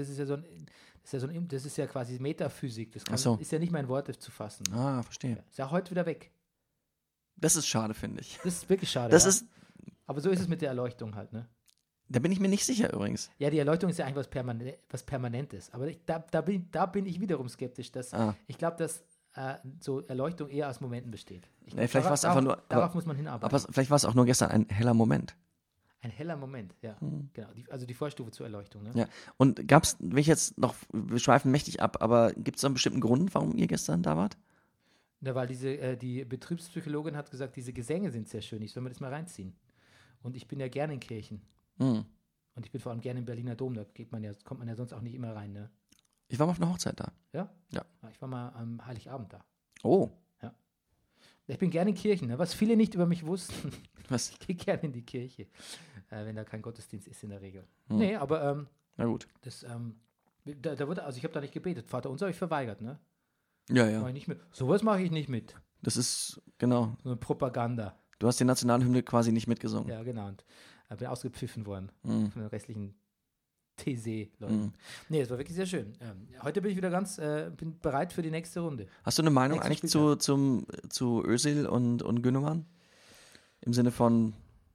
ja quasi Metaphysik. Das Ach so. ist ja nicht mein Wort zu fassen. Ah, verstehe. Ist ja heute wieder weg. Das ist schade, finde ich. Das ist wirklich schade. Das ja. ist, Aber so ist es mit der Erleuchtung halt, ne? da bin ich mir nicht sicher übrigens. Ja, die Erleuchtung ist ja eigentlich was Permanentes. Aber da bin ich wiederum skeptisch. Ich glaube, dass so Erleuchtung eher aus Momenten besteht. Nee, vielleicht war es einfach nur. Darauf muss man hinarbeiten. Aber vielleicht war es auch nur gestern ein heller Moment. Ein heller Moment, ja. Genau. Also die Vorstufe zur Erleuchtung. Ne? Ja. Und gab es, will ich jetzt noch, wir schweifen mächtig ab, aber gibt es einen bestimmten Grund, warum ihr gestern da wart? Ja, weil die Betriebspsychologin hat gesagt, diese Gesänge sind sehr schön, ich soll mir das mal reinziehen. Und ich bin ja gerne in Kirchen. Hm. Und ich bin vor allem gerne im Berliner Dom, da kommt man ja sonst auch nicht immer rein, ne? Ich war mal auf einer Hochzeit da. Ja? Ja. Ich war mal am Heiligabend da. Oh. Ja. Ich bin gerne in Kirchen, ne? Was viele nicht über mich wussten. Was? Ich gehe gerne in die Kirche, wenn da kein Gottesdienst ist in der Regel. Nee, aber Na gut. ich habe da nicht gebetet. Vater unser habe ich verweigert, ne? Ja, Mach ja. ich nicht mit. Sowas mache ich nicht mit. Das ist, genau. So eine Propaganda. Du hast die Nationalhymne quasi nicht mitgesungen. Ja, genau. Und bin ausgepfiffen worden von den restlichen TC-Leuten. Nee, es war wirklich sehr schön. Heute bin ich wieder bin bereit für die nächste Runde. Hast du eine Meinung Nächsten eigentlich Spieltag. zu Özil und Gündogan? Im Sinne von,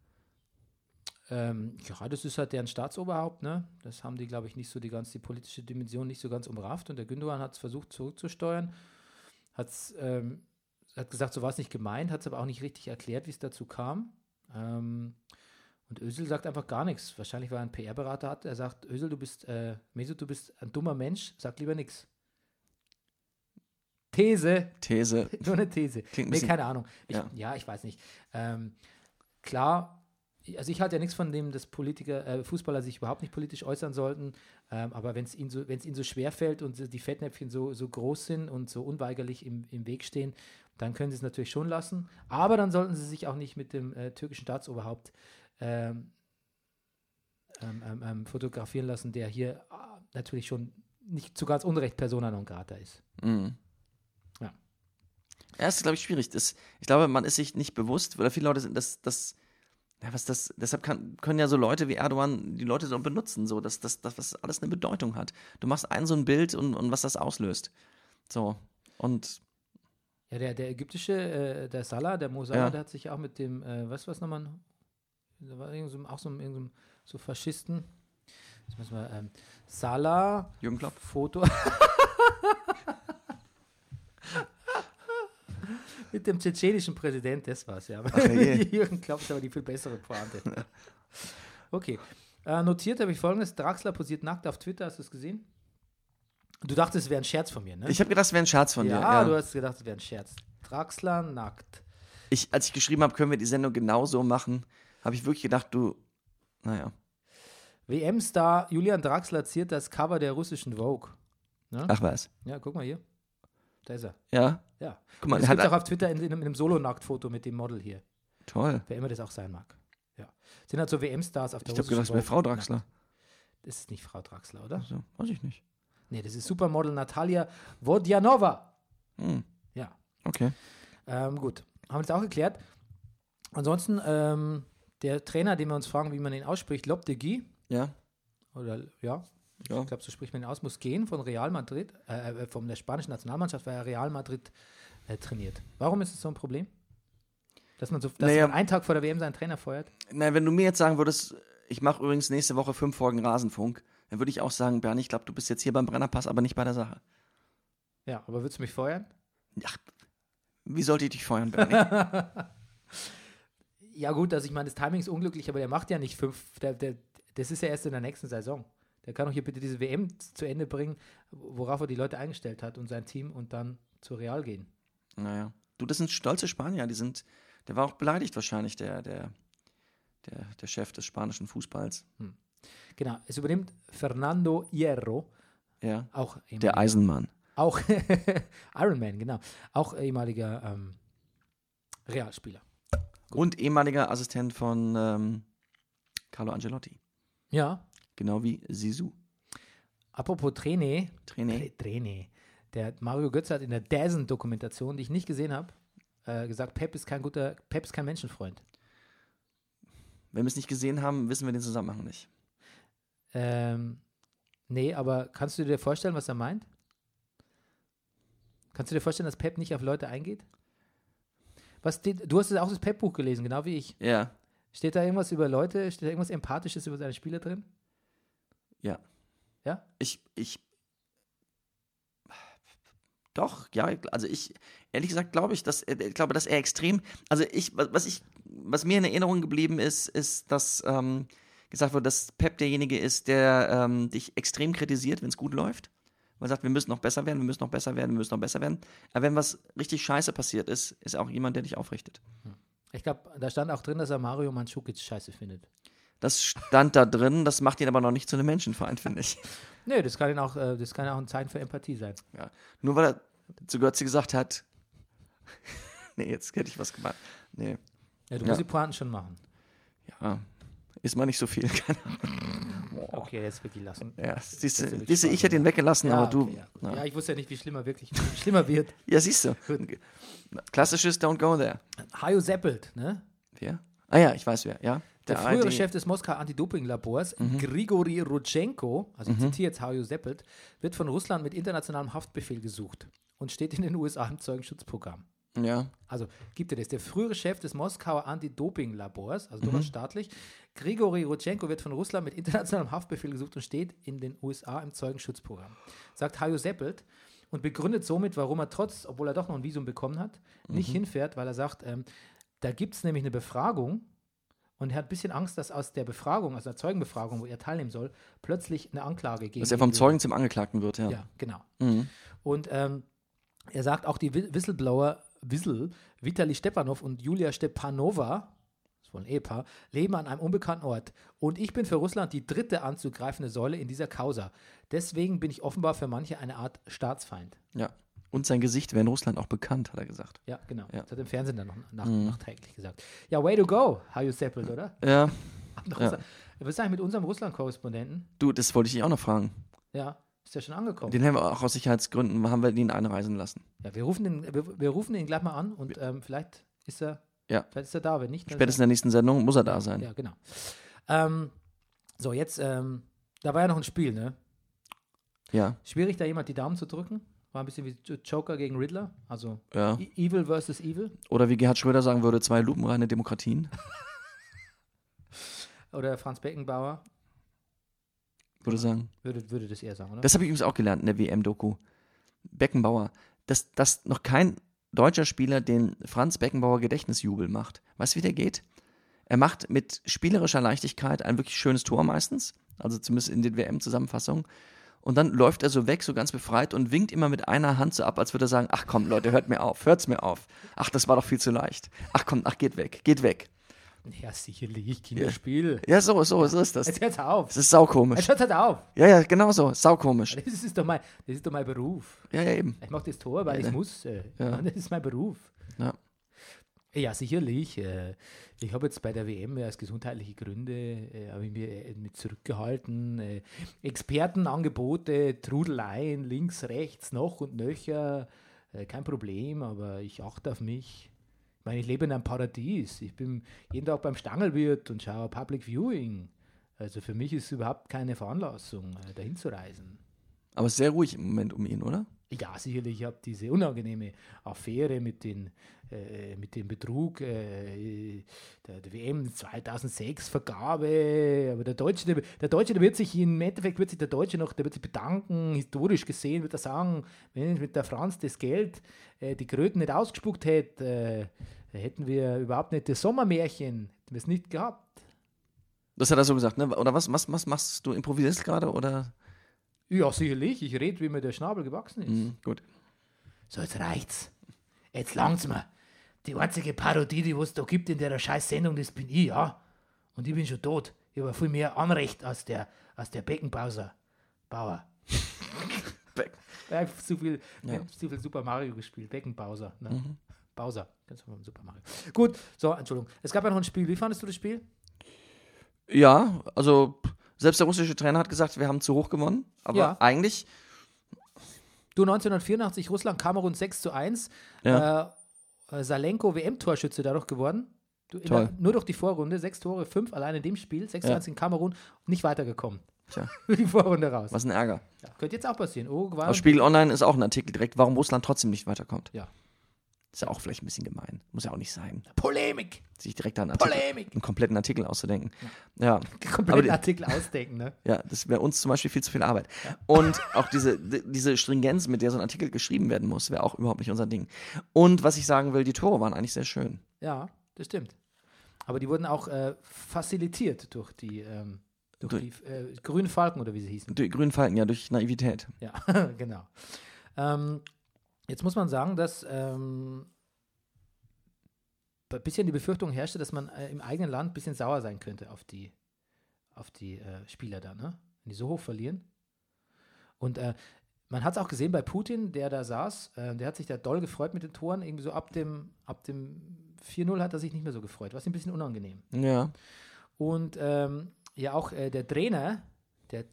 Ja, das ist halt deren Staatsoberhaupt, ne? Das haben die, glaube ich, nicht so die politische Dimension nicht so ganz umrafft. Und der Gündogan hat es versucht zurückzusteuern, hat gesagt, so war es nicht gemeint, hat es aber auch nicht richtig erklärt, wie es dazu kam. Und Özil sagt einfach gar nichts. Wahrscheinlich, weil er einen PR-Berater hat. Er sagt, Özil, Mesut, du bist ein dummer Mensch, sag lieber nichts. These. Nur eine These. Klingt ein Nee, bisschen- keine Ahnung. Ja. Ich weiß nicht. Klar, also ich halte ja nichts von dem, dass Fußballer sich überhaupt nicht politisch äußern sollten, aber wenn es ihnen so schwer fällt und die Fettnäpfchen so groß sind und so unweigerlich im Weg stehen, dann können sie es natürlich schon lassen, aber dann sollten sie sich auch nicht mit dem türkischen Staatsoberhaupt fotografieren lassen, der hier natürlich schon nicht zu ganz Unrecht Persona non grata ist. Mhm. Ja. Ja, es ist, glaube ich, schwierig. Ich glaube, man ist sich nicht bewusst, oder viele Leute sind deshalb können ja so Leute wie Erdogan die Leute so benutzen, so, dass das alles eine Bedeutung hat. Du machst so ein Bild und was das auslöst. So, und Ja, der ägyptische, der Salah, der Mo Salah, Ja. der hat sich auch mit dem, was nochmal, da war so Faschisten, jetzt müssen wir, Salah, Jürgen Klopp. Foto, mit dem tschetschenischen Präsident, das war's, ja. je. Jürgen Klopp ist aber die viel bessere Pointe. Okay, notiert habe ich Folgendes, Draxler posiert nackt auf Twitter, hast du es gesehen? Du dachtest, es wäre ein Scherz von mir, ne? Ich habe gedacht, es wäre ein Scherz von dir. Ja, du hast gedacht, es wäre ein Scherz. Draxler nackt. Als ich geschrieben habe, können wir die Sendung genauso machen, habe ich wirklich gedacht, naja. WM-Star Julian Draxler ziert das Cover der russischen Vogue. Ne? Ach was. Ja, guck mal hier. Da ist er. Ja, Ja. guck mal, Das hat gibt auch auf Twitter in einem Solo-Nackt-Foto mit dem Model hier. toll. Wer immer das auch sein mag. Ja. Sind halt so WM-Stars auf der Ich habe gedacht, es wäre Frau Draxler. Nackt. Das ist nicht Frau Draxler, oder? Also, weiß ich nicht. Nee, das ist Supermodel Natalia Wodjanova. Hm. Ja. Okay. Gut. Haben wir das auch geklärt. Ansonsten, der Trainer, den wir uns fragen, wie man ihn ausspricht, Lopetegui, Ja. oder ja, Ja. ich glaube, so spricht man ihn aus, muss gehen von Real Madrid, von der spanischen Nationalmannschaft, weil er Real Madrid trainiert. Warum ist es so ein Problem? Dass man man einen Tag vor der WM seinen Trainer feuert? Nein, wenn du mir jetzt sagen würdest, ich mache übrigens nächste Woche 5 Folgen Rasenfunk, dann würde ich auch sagen, Bernie, ich glaube, du bist jetzt hier beim Brennerpass, aber nicht bei der Sache. Ja, aber würdest du mich feuern? Ach, wie sollte ich dich feuern, Bernie? Ja gut, also ich meine, das Timing ist unglücklich, aber der macht ja nicht 5, das ist ja erst in der nächsten Saison. Der kann doch hier bitte diese WM zu Ende bringen, worauf er die Leute eingestellt hat und sein Team und dann zu Real gehen. Naja. Du, das sind stolze Spanier, der war auch beleidigt wahrscheinlich, der Chef des spanischen Fußballs. Genau, es übernimmt Fernando Hierro, Ja. auch Der Eisenmann. Auch Ironman, genau. Auch ehemaliger Realspieler. Und ehemaliger Assistent von Carlo Ancelotti. Ja. Genau wie Zizou. Apropos Trainer. Trainer. Der Mario Götze hat in der DAZN-Dokumentation, die ich nicht gesehen habe, gesagt, Pep ist kein Menschenfreund. Wenn wir es nicht gesehen haben, wissen wir den Zusammenhang nicht. Nee, aber kannst du dir vorstellen, was er meint? Kannst du dir vorstellen, dass Pep nicht auf Leute eingeht? Du hast auch das Pep-Buch gelesen, genau wie ich. Ja. Steht da irgendwas über Leute, steht da irgendwas Empathisches über seine Spieler drin? Ja. Ja? Doch, ja, also ehrlich gesagt glaube ich, dass er extrem, also was mir in Erinnerung geblieben ist, dass gesagt wurde, dass Pep derjenige ist, der dich extrem kritisiert, wenn es gut läuft. Man sagt, wir müssen noch besser werden, wir müssen noch besser werden, wir müssen noch besser werden. Aber wenn was richtig scheiße passiert ist, ist er auch jemand, der dich aufrichtet. Ich glaube, da stand auch drin, dass er Mario Mandzukic scheiße findet. Das stand da drin, das macht ihn aber noch nicht zu einem Menschenfeind, finde ich. Nee, das kann ja auch ein Zeichen für Empathie sein. Ja. Nur weil er zu Götze gesagt hat, nee, jetzt hätte ich was gemacht. Nee. Ja, du musst die Pointen schon machen. Ja, ist mal nicht so viel. Okay, jetzt wirklich lassen. Ja, siehst du, ich hätte ihn weggelassen, Ja, aber du. okay, ja. Ja, ich wusste ja nicht, wie schlimmer wird. Ja, siehst du. Klassisches Don't go there. Hajo Seppelt, ne? Wer? Ah ja, ich weiß wer, ja. Der frühere Chef des Moskauer Anti-Doping-Labors, Grigori Rodchenko, also ich zitiere jetzt Hajo Seppelt, wird von Russland mit internationalem Haftbefehl gesucht und steht in den USA im Zeugenschutzprogramm. Ja. Also gibt er das. Der frühere Chef des Moskauer Anti-Doping-Labors, also durchaus staatlich, Grigori Rodchenko wird von Russland mit internationalem Haftbefehl gesucht und steht in den USA im Zeugenschutzprogramm. Sagt Hajo Seppelt und begründet somit, warum er obwohl er doch noch ein Visum bekommen hat, nicht hinfährt, weil er sagt, da gibt es nämlich eine Befragung und er hat ein bisschen Angst, dass aus der Befragung, aus der Zeugenbefragung, wo er teilnehmen soll, plötzlich eine Anklage gegen ihn Dass er vom Zeugen zum Angeklagten wird, ja. Ja, genau. Und er sagt auch, die Whistleblower Vitali Stepanov und Julia Stepanova, das ist wohl ein Ehepaar, leben an einem unbekannten Ort. Und ich bin für Russland die dritte anzugreifende Säule in dieser Causa. Deswegen bin ich offenbar für manche eine Art Staatsfeind. Ja. Und sein Gesicht wäre in Russland auch bekannt, hat er gesagt. Ja, genau. Ja. Das hat er im Fernsehen dann noch nachträglich gesagt. Ja, way to go, Hajo Seppelt, oder? Ja. Was ist eigentlich mit unserem Russland-Korrespondenten? Du, das wollte ich dich auch noch fragen. Ja, ist der schon angekommen? Den haben wir auch aus Sicherheitsgründen, haben wir ihn einreisen lassen. Ja, wir rufen ihn gleich mal an und vielleicht ist er da, wenn nicht. Spätestens in der nächsten Sendung muss er da sein. Ja, genau. So, jetzt, da war ja noch ein Spiel, ne? Ja. Schwierig, da jemand die Daumen zu drücken. War ein bisschen wie Joker gegen Riddler. Also Ja. Evil versus Evil. Oder wie Gerhard Schröder sagen würde, 2 lupenreine Demokratien. Oder Franz Beckenbauer. Würde sagen. Würde das eher sagen, oder? Das habe ich übrigens auch gelernt in der WM-Doku. Beckenbauer. Dass noch kein deutscher Spieler den Franz Beckenbauer Gedächtnisjubel macht. Weißt du, wie der geht? Er macht mit spielerischer Leichtigkeit ein wirklich schönes Tor meistens. Also zumindest in den WM-Zusammenfassungen. Und dann läuft er so weg, so ganz befreit und winkt immer mit einer Hand so ab, als würde er sagen, ach komm Leute, hört's mir auf. Ach, das war doch viel zu leicht. Ach komm, geht weg. Ja, sicherlich, Kinderspiel. Ja, so ist das. Jetzt hört's auf. Das ist saukomisch. Jetzt hört's auf. Ja, genau so, saukomisch. Das ist doch mein Beruf. Ja, eben. Ich mache das Tor, weil ich muss. Das ist mein Beruf. Ja. Ja, sicherlich. Ich habe jetzt bei der WM aus gesundheitlichen Gründen habe ich mich mit zurückgehalten. Expertenangebote, Trudeleien, links, rechts, noch und nöcher. Kein Problem, aber ich achte auf mich. Ich meine, ich lebe in einem Paradies. Ich bin jeden Tag beim Stangelwirt und schaue Public Viewing. Also für mich ist es überhaupt keine Veranlassung, dahin zu reisen. Aber es ist sehr ruhig im Moment um ihn, oder? Ja, sicherlich. Ich habe diese unangenehme Affäre mit dem Betrug der WM 2006 Vergabe. Aber der Deutsche, der wird sich im Endeffekt der wird sich bedanken. Historisch gesehen wird er sagen, wenn mit der Franz das Geld die Kröten nicht ausgespuckt hätte, hätten wir überhaupt nicht das Sommermärchen, hätten wir es nicht gehabt. Das hat er so gesagt, ne? Oder was machst du? Improvisierst gerade, oder? Ja, sicherlich. Ich rede, wie mir der Schnabel gewachsen ist. Gut. So, jetzt reicht's. Jetzt langt's mir. Die einzige Parodie, die es da gibt in der scheiß Sendung, das bin ich, ja. Und ich bin schon tot. Ich habe viel mehr Anrecht als der Beckenbauer. Ich habe so viel Super Mario gespielt. Beckenbauer. Ne? Bowser. Ganz von Super Mario. Gut, so, Entschuldigung. Es gab ja noch ein Spiel. Wie fandest du das Spiel? Ja, also selbst der russische Trainer hat gesagt, wir haben zu hoch gewonnen. Aber eigentlich... Du, 1984, Russland, Kamerun 6:1. Ja. Salenko WM-Torschütze dadurch geworden. Toll. Nur durch die Vorrunde, 6 Tore, 5 allein in dem Spiel, 6-1 in Kamerun, nicht weitergekommen. Tja. Für die Vorrunde raus. Was ein Ärger. Ja, könnte jetzt auch passieren. Auf Spiegel Online ist auch ein Artikel direkt, warum Russland trotzdem nicht weiterkommt. Ja. Ist ja auch vielleicht ein bisschen gemein. Muss ja auch nicht sein. Polemik. Sich direkt einen kompletten Artikel auszudenken. Ja. Kompletten Artikel ausdenken, ne? Ja, das wäre uns zum Beispiel viel zu viel Arbeit. Ja. Und auch diese Stringenz, mit der so ein Artikel geschrieben werden muss, wäre auch überhaupt nicht unser Ding. Und was ich sagen will, die Tore waren eigentlich sehr schön. Ja, das stimmt. Aber die wurden auch facilitiert durch die grünen Falken oder wie sie hießen. Die grünen Falken, ja, durch Naivität. Ja, genau. Jetzt muss man sagen, dass ein bisschen die Befürchtung herrschte, dass man im eigenen Land ein bisschen sauer sein könnte auf die Spieler da, ne? Wenn die so hoch verlieren. Und man hat es auch gesehen bei Putin, der da saß, der hat sich da doll gefreut mit den Toren. Irgendwie so ab dem 4-0 hat er sich nicht mehr so gefreut, was ein bisschen unangenehm. Ja. Und ja auch der Trainer, der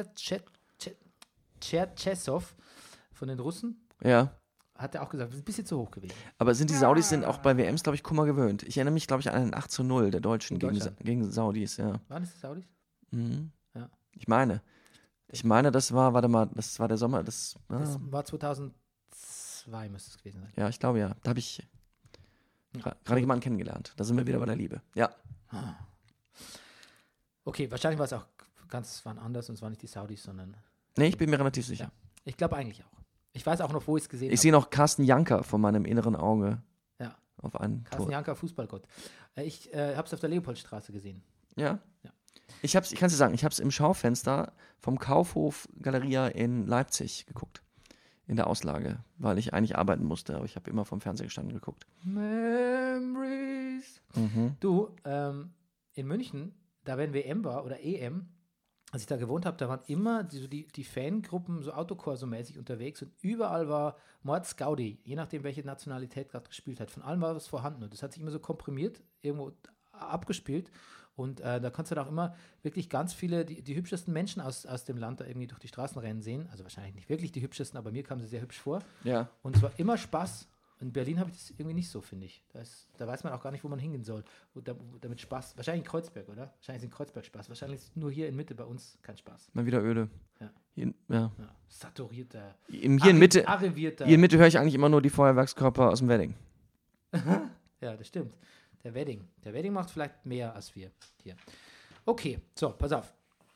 Cherchesov von den Russen, ja. hat er auch gesagt, wir sind ein bisschen zu hoch gewesen. Aber die Saudis sind auch bei WMs, glaube ich, Kummer gewöhnt. Ich erinnere mich, glaube ich, an ein 8-0 der Deutschen gegen Saudis, ja. Waren das die Saudis? Mhm. Ja. Ich meine, das war der Sommer, das war 2002, müsste es gewesen sein. Ja, ich glaube ja. Da habe ich gerade jemanden kennengelernt. Da sind wir wieder bei der Liebe. Ja. Okay, wahrscheinlich war es auch waren anders und es waren nicht die Saudis, sondern... Nee, ich bin mir relativ sicher. Ja, ich glaube eigentlich auch. Ich weiß auch noch, wo ich es gesehen habe. Ich sehe noch Carsten Janker vor meinem inneren Auge. Ja. Auf einen Carsten Janker, Fußballgott. Ich habe es auf der Leopoldstraße gesehen. Ja? Ja. Ich kann es dir sagen, ich habe es im Schaufenster vom Kaufhof Galeria in Leipzig geguckt. In der Auslage, weil ich eigentlich arbeiten musste, aber ich habe immer vom Fernseher gestanden geguckt. Memories. Du, in München, da wenn WM war oder EM, als ich da gewohnt habe, da waren immer die Fangruppen so Autokorso-mäßig unterwegs und überall war Mordsgaudi, je nachdem, welche Nationalität gerade gespielt hat. Von allem war was vorhanden und das hat sich immer so komprimiert, irgendwo abgespielt und da kannst du dann auch immer wirklich ganz viele, die hübschesten Menschen aus dem Land da irgendwie durch die Straßen rennen sehen. Also wahrscheinlich nicht wirklich die hübschesten, aber mir kamen sie sehr hübsch vor. Ja. Und es war immer Spaß. In Berlin habe ich das irgendwie nicht so, finde ich. Da weiß man auch gar nicht, wo man hingehen soll. Damit Spaß. Wahrscheinlich in Kreuzberg, oder? Wahrscheinlich ist in Kreuzberg Spaß. Wahrscheinlich ist nur hier in Mitte bei uns kein Spaß. Mal wieder öde. Ja. Ja. Saturierter. Hier in Mitte höre ich eigentlich immer nur die Feuerwerkskörper aus dem Wedding. Ja, das stimmt. Der Wedding macht vielleicht mehr als wir hier. Okay, so, pass auf.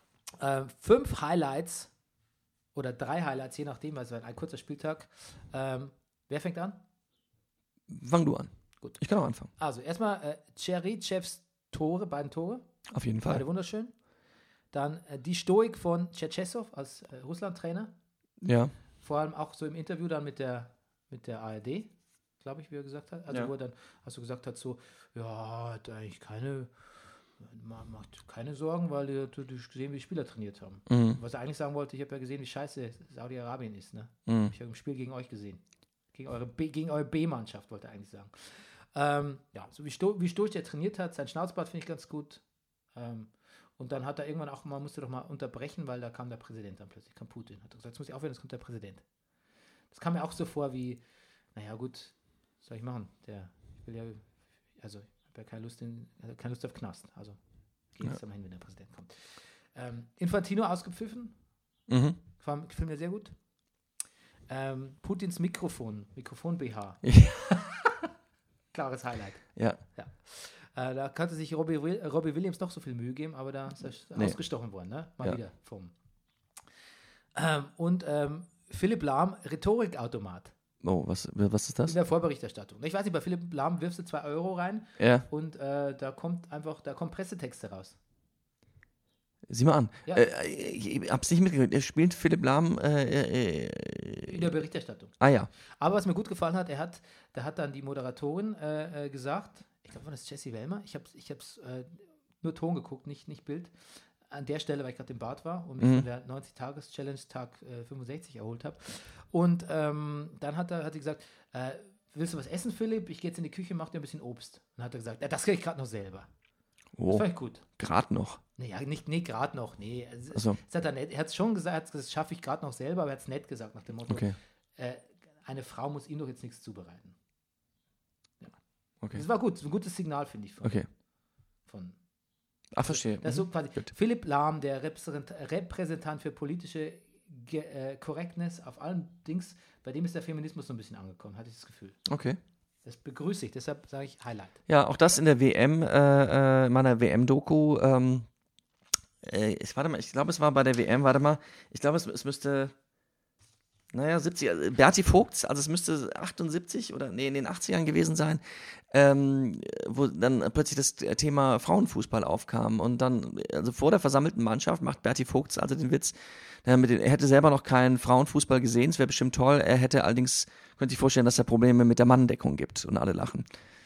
5 Highlights oder 3 Highlights, je nachdem, weil es war ein kurzer Spieltag. Wer fängt an? Fang du an. Gut. Ich kann auch anfangen. Also erstmal Cherchevs beiden Tore. Auf jeden Fall. Beide wunderschön. Dann die Stoik von Cherchesov als Russland-Trainer. Ja. Vor allem auch so im Interview dann mit der ARD, glaube ich, wie er gesagt hat. Also wo er dann gesagt hat, so, ja, hat eigentlich macht keine Sorgen, weil du gesehen, wie die Spieler trainiert haben. Was er eigentlich sagen wollte, ich habe ja gesehen, wie scheiße Saudi-Arabien ist. Ne? Ich habe im Spiel gegen euch gesehen. Gegen eure B-Mannschaft, wollte er eigentlich sagen. Ja, so wie Stoich der trainiert hat, sein Schnauzbart finde ich ganz gut. Und dann hat er irgendwann auch mal, musste doch mal unterbrechen, weil da kam der Präsident dann plötzlich, kam Putin. Hat er gesagt, jetzt muss ich aufhören, jetzt kommt der Präsident. Das kam mir auch so vor wie, naja gut, was soll ich machen? Ich habe ja keine Lust auf Knast. Also gehe jetzt mal hin, wenn der Präsident kommt. Infantino ausgepfiffen. Gefällt mir sehr gut. Putins Mikrofon-BH. Klares Highlight. Ja. Da könnte sich Robbie Williams noch so viel Mühe geben, aber da ist er ausgestochen worden, ne? Mal wieder vom. Und Philipp Lahm, Rhetorikautomat. Oh, was ist das? In der Vorberichterstattung. Ich weiß nicht, bei Philipp Lahm wirfst du 2 Euro rein und da kommen Pressetexte raus. Sieh mal an. Ja. Ich hab's nicht mitgekriegt. Er spielt Philipp Lahm in der Berichterstattung. Ah ja. Aber was mir gut gefallen hat, da hat dann die Moderatorin gesagt, ich glaube, war das Jessie Wellmer? Ich hab's nur Ton geguckt, nicht Bild. An der Stelle, weil ich gerade im Bad war und mich von der 90-Tages-Challenge Tag 65 erholt habe. Und dann hat sie gesagt, willst du was essen, Philipp? Ich gehe jetzt in die Küche, mach dir ein bisschen Obst. Und dann hat er gesagt, das kriege ich gerade noch selber. Oh, das fand ich gut. Gerade noch? Naja, nicht gerade noch, nee. So. Er hat es schon gesagt, das schaffe ich gerade noch selber, aber er hat es nett gesagt nach dem Motto, okay. Eine Frau muss ihm doch jetzt nichts zubereiten. Ja. Okay. Das war gut, ein gutes Signal, finde ich. Okay. Von Ach, verstehe. das ist so quasi Philipp Lahm, der Repräsentant für politische Correctness auf allen Dings, bei dem ist der Feminismus so ein bisschen angekommen, hatte ich das Gefühl. Okay. Das begrüße ich, deshalb sage ich Highlight. Ja, auch das in der WM, meiner WM-Doku. Warte mal, ich glaube, es war bei der WM, ich glaube, es müsste, 70, Berti Vogts, also es müsste 78 oder, in den 80ern gewesen sein, wo dann plötzlich das Thema Frauenfußball aufkam und dann, also vor der versammelten Mannschaft macht Berti Vogts also den Witz, er hätte selber noch keinen Frauenfußball gesehen, es wäre bestimmt toll, er hätte allerdings, könnte sich vorstellen, dass es Probleme mit der Manndeckung gibt und alle lachen.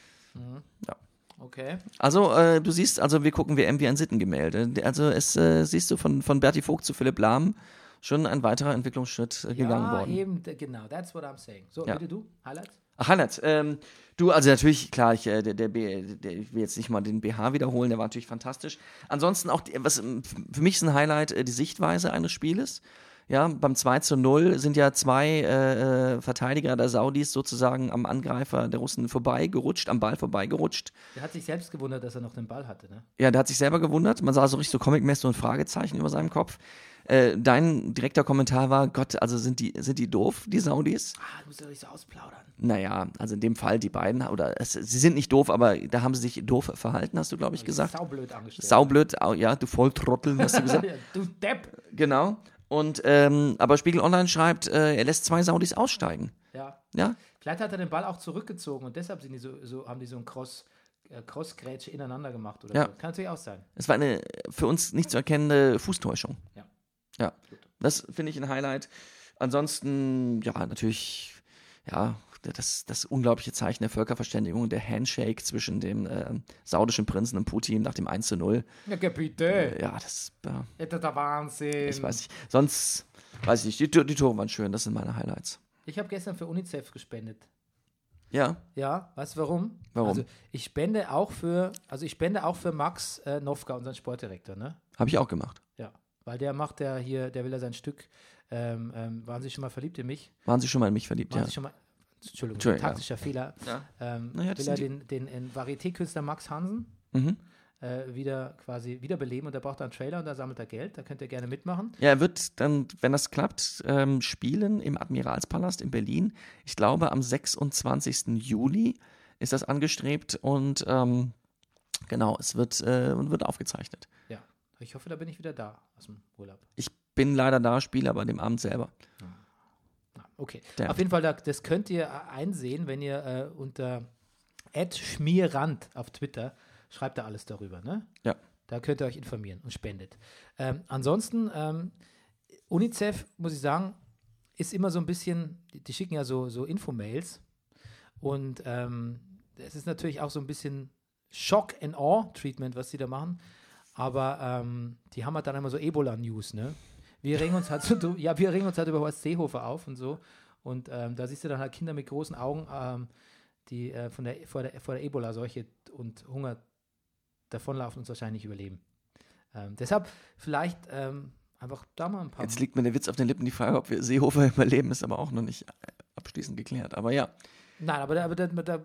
Ja. Okay. Also, du siehst, wir gucken WM wie ein Sittengemälde. Also, siehst du von Berti Vogt zu Philipp Lahm schon ein weiterer Entwicklungsschritt gegangen worden. Ja, eben, genau, that's what I'm saying. So, Ja. bitte du, Highlights? Ach, Highlights. Du, also natürlich, klar, ich will jetzt nicht mal den BH wiederholen, der war natürlich fantastisch. Ansonsten auch, für mich ist ein Highlight die Sichtweise eines Spieles. Ja, beim 2:0 sind ja zwei Verteidiger der Saudis sozusagen am Angreifer der Russen am Ball vorbeigerutscht. Der hat sich selbst gewundert, dass er noch den Ball hatte, ne? Ja, der hat sich selber gewundert. Man sah so richtig so comic-mäßig so ein Fragezeichen über seinem Kopf. Dein direkter Kommentar war, Gott, also sind die doof, die Saudis? Du musst ja nicht so ausplaudern. Naja, also in dem Fall die beiden, sie sind nicht doof, aber da haben sie sich doof verhalten, hast du, glaube ich, gesagt. Saublöd angestellt. Saublöd, ja, du Volltrottel, hast du gesagt. Du Depp. Genau. Und, aber Spiegel Online schreibt, er lässt 2 Saudis aussteigen. Ja. Ja? Vielleicht hat er den Ball auch zurückgezogen und deshalb sind die haben die so ein Cross-Grätsche ineinander gemacht oder Ja. so. Kann natürlich auch sein. Es war eine für uns nicht zu erkennende Fußtäuschung. Ja. Ja, das finde ich ein Highlight. Ansonsten, ja, natürlich, ja, das unglaubliche Zeichen der Völkerverständigung, der Handshake zwischen dem saudischen Prinzen und Putin nach dem 1:0. Ja, bitte. Ja, das, Das ist der Wahnsinn. ich weiß nicht. Sonst, weiß ich nicht, die Tore waren schön, das sind meine Highlights. Ich habe gestern für UNICEF gespendet. Ja, Ja, weißt du warum? Warum? Also ich spende auch für Max Nowka, unseren Sportdirektor, ne? habe ich auch gemacht. Ja. Weil der will ja sein Stück, waren Sie schon mal verliebt in mich? Waren Sie schon mal in mich verliebt? Waren Ja. Sie schon mal, Entschuldigung, Entschuldigung, taktischer Fehler. Ja. Will Naja, das er sind den Varieté-Künstler Max Hansen Mhm. wiederbeleben und da braucht er einen Trailer und da sammelt er Geld, da könnt ihr gerne mitmachen. Ja, er wird dann, wenn das klappt, spielen im Admiralspalast in Berlin. Ich glaube, am 26. Juli ist das angestrebt und genau, es wird aufgezeichnet. Ja, ich hoffe, da bin ich wieder da aus dem Urlaub. Ich bin leider da, spiele aber an dem Abend selber. Okay, Der- auf jeden Fall, das könnt ihr einsehen, wenn ihr unter @schmierrand auf Twitter schreibt da alles darüber, ne? Ja. Da könnt ihr euch informieren und spendet. Ansonsten, UNICEF, muss ich sagen, ist immer so ein bisschen, die schicken ja so Infomails und es ist natürlich auch so ein bisschen Shock-and-Awe-Treatment, was sie da machen, aber die haben halt dann immer so Ebola-News, ne? Wir regen uns halt über Horst Seehofer auf und so und da siehst du dann halt Kinder mit großen Augen, die vor der Ebola-Seuche und Hunger davonlaufen und uns wahrscheinlich nicht überleben. Deshalb vielleicht einfach da mal ein paar. Jetzt liegt mir der Witz auf den Lippen. Die Frage, ob wir Seehofer überleben, ist aber auch noch nicht abschließend geklärt. Aber ja. Nein, aber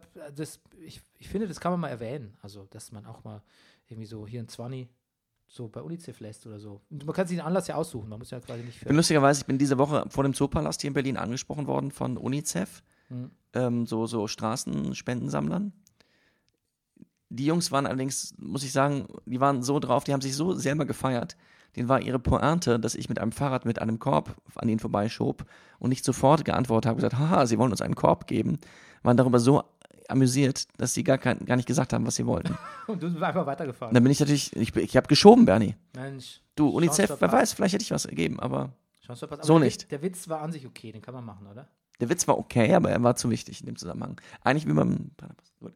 ich finde, das kann man mal erwähnen. Also, dass man auch mal irgendwie so hier ein 20 so bei UNICEF lässt oder so. Und man kann sich den Anlass ja aussuchen. Man muss ja quasi nicht für. Lustigerweise, ich bin diese Woche vor dem Zoopalast hier in Berlin angesprochen worden von UNICEF. So Straßenspendensammlern. Die Jungs waren allerdings, muss ich sagen, die waren so drauf, die haben sich so selber gefeiert. Denen war ihre Pointe, dass ich mit einem Fahrrad mit einem Korb an ihnen vorbeischob und nicht sofort geantwortet habe, gesagt, haha, sie wollen uns einen Korb geben. Waren darüber so amüsiert, dass sie gar nicht gesagt haben, was sie wollten. Und du bist einfach weitergefahren. Und dann bin ich natürlich, ich habe geschoben, Bernie. Mensch. Du, UNICEF, Chance wer verpasst. weiß, vielleicht hätte ich was gegeben, aber Chance verpasst. so Aber nicht. Der Witz war an sich okay, den kann man machen, oder? der Witz war okay, aber er war zu wichtig in dem Zusammenhang. Eigentlich wie beim Brennerpass. Gut.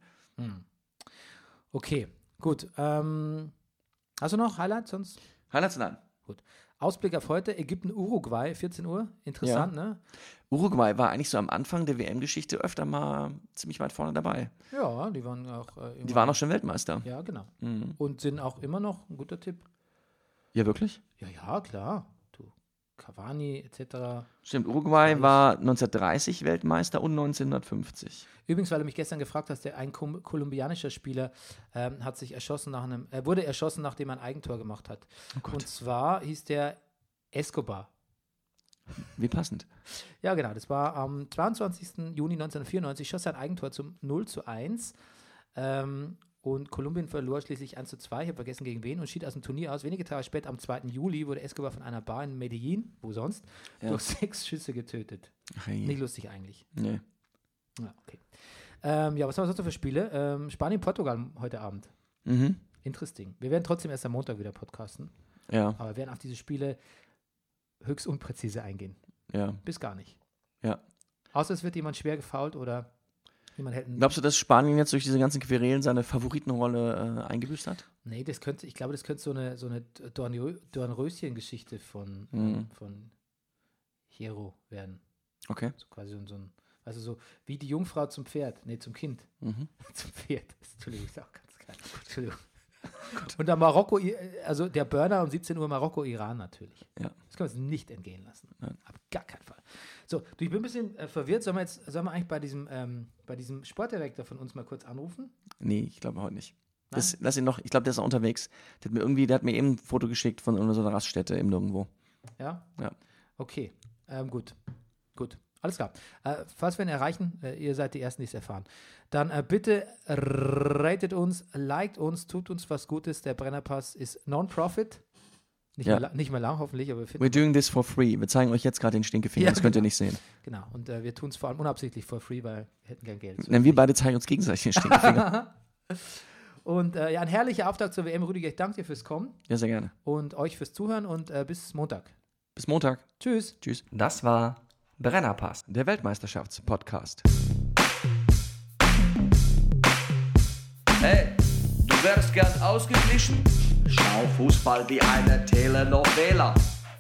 Okay, gut. Hast du noch Highlights sonst? Highlights, nein. Ausblick auf heute, Ägypten-Uruguay, 14 Uhr. Interessant, ne? Uruguay war eigentlich so am Anfang der WM-Geschichte öfter mal ziemlich weit vorne dabei. Ja, die waren auch Die waren auch schon Weltmeister. Ja, genau. Mhm. Und sind auch immer noch ein guter Tipp. Ja, wirklich? Ja, klar. Du Cavani etc. Stimmt, Uruguay war 1930 Weltmeister und 1950. Übrigens, weil du mich gestern gefragt hast, ein kolumbianischer Spieler hat sich erschossen wurde erschossen, nachdem er ein Eigentor gemacht hat. Oh Gott. Und zwar hieß der Escobar. Wie passend. Ja, genau. Das war am 22. Juni 1994, schoss er ein Eigentor zum 0:1. Und Kolumbien verlor schließlich 1:2, ich habe vergessen gegen wen, und schied aus dem Turnier aus. Wenige Tage später, am 2. Juli, wurde Escobar von einer Bar in Medellin, wo sonst, durch 6 Schüsse getötet. Ach, hey. Nicht lustig eigentlich. Nee. Ja, okay. Ja, was haben wir sonst noch für Spiele? Spanien, Portugal heute Abend. Mhm. Interesting. Wir werden trotzdem erst am Montag wieder podcasten, Ja, aber wir werden auf diese Spiele höchst unpräzise eingehen. ja, Bis gar nicht. ja. Außer es wird jemand schwer gefoult oder jemand hält einen... Glaubst du, dass Spanien jetzt durch diese ganzen Querelen seine Favoritenrolle eingebüßt hat? Nee, ich glaube, das könnte so eine Dornröschen-Geschichte von Hero werden. Okay. So quasi so ein, also so wie die Jungfrau zum Pferd, nee, zum Kind. Mhm. Zum Pferd. Entschuldigung, ist auch ganz geil. Entschuldigung. Und dann Marokko, also der Burner um 17 Uhr Marokko, Iran natürlich. Ja. Das können wir uns nicht entgehen lassen. Nein. Auf gar keinen Fall. So, du, ich bin ein bisschen verwirrt. Sollen wir eigentlich bei diesem Sportdirektor von uns mal kurz anrufen? Nee, ich glaube heute nicht. Lass ihn noch, ich glaube, der ist auch unterwegs. Der hat mir eben ein Foto geschickt von so einer Raststätte im Nirgendwo. Ja? Ja. Okay, gut. Alles klar. Falls wir ihn erreichen, ihr seid die Ersten, die es erfahren. Dann bitte ratet uns, liked uns, tut uns was Gutes. Der Brennerpass ist Non-Profit. Nicht mehr lang, hoffentlich, aber wir finden... We're doing this for free. Wir zeigen euch jetzt gerade den Stinkefinger, das könnt ihr nicht sehen. Genau, und wir tun es vor allem unabsichtlich for free, weil wir hätten gern Geld. Nein, wir beide zeigen uns gegenseitig den Stinkefinger. Und ein herrlicher Auftakt zur WM, Rüdiger. Ich danke dir fürs Kommen Ja, sehr gerne. und euch fürs Zuhören und bis Montag. Bis Montag. Tschüss. Tschüss. Das war Brennerpass. Der Weltmeisterschaftspodcast. Hey, du wärst gern ausgeglichen? Schau Fußball wie eine Telenovela.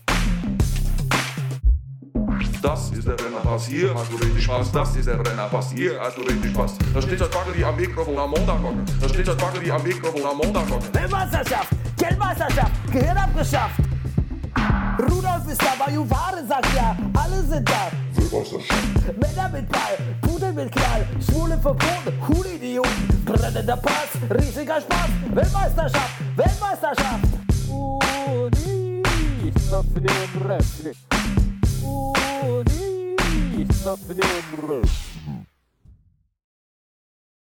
Das ist der Brennerpass, hier hast du richtig Spaß. Das ist der Brennerpass, hier hast du richtig Spaß. Da steht das Baggeli am Mikrofon am Montag. Da steht das Baggeli am Mikrofon am Montag. Weltmeisterschaft, Geldmeisterschaft, Gehirn abgeschafft. Rudolf ist da, Bajuware sagt ja, alle sind da. Männer mit Ball, Pudel mit Knall, Schwule verboten, Idioten, brennender Pass, riesiger Spaß. Weltmeisterschaft, Weltmeisterschaft. Nicht auf dem Rest. Nicht auf dem Rest.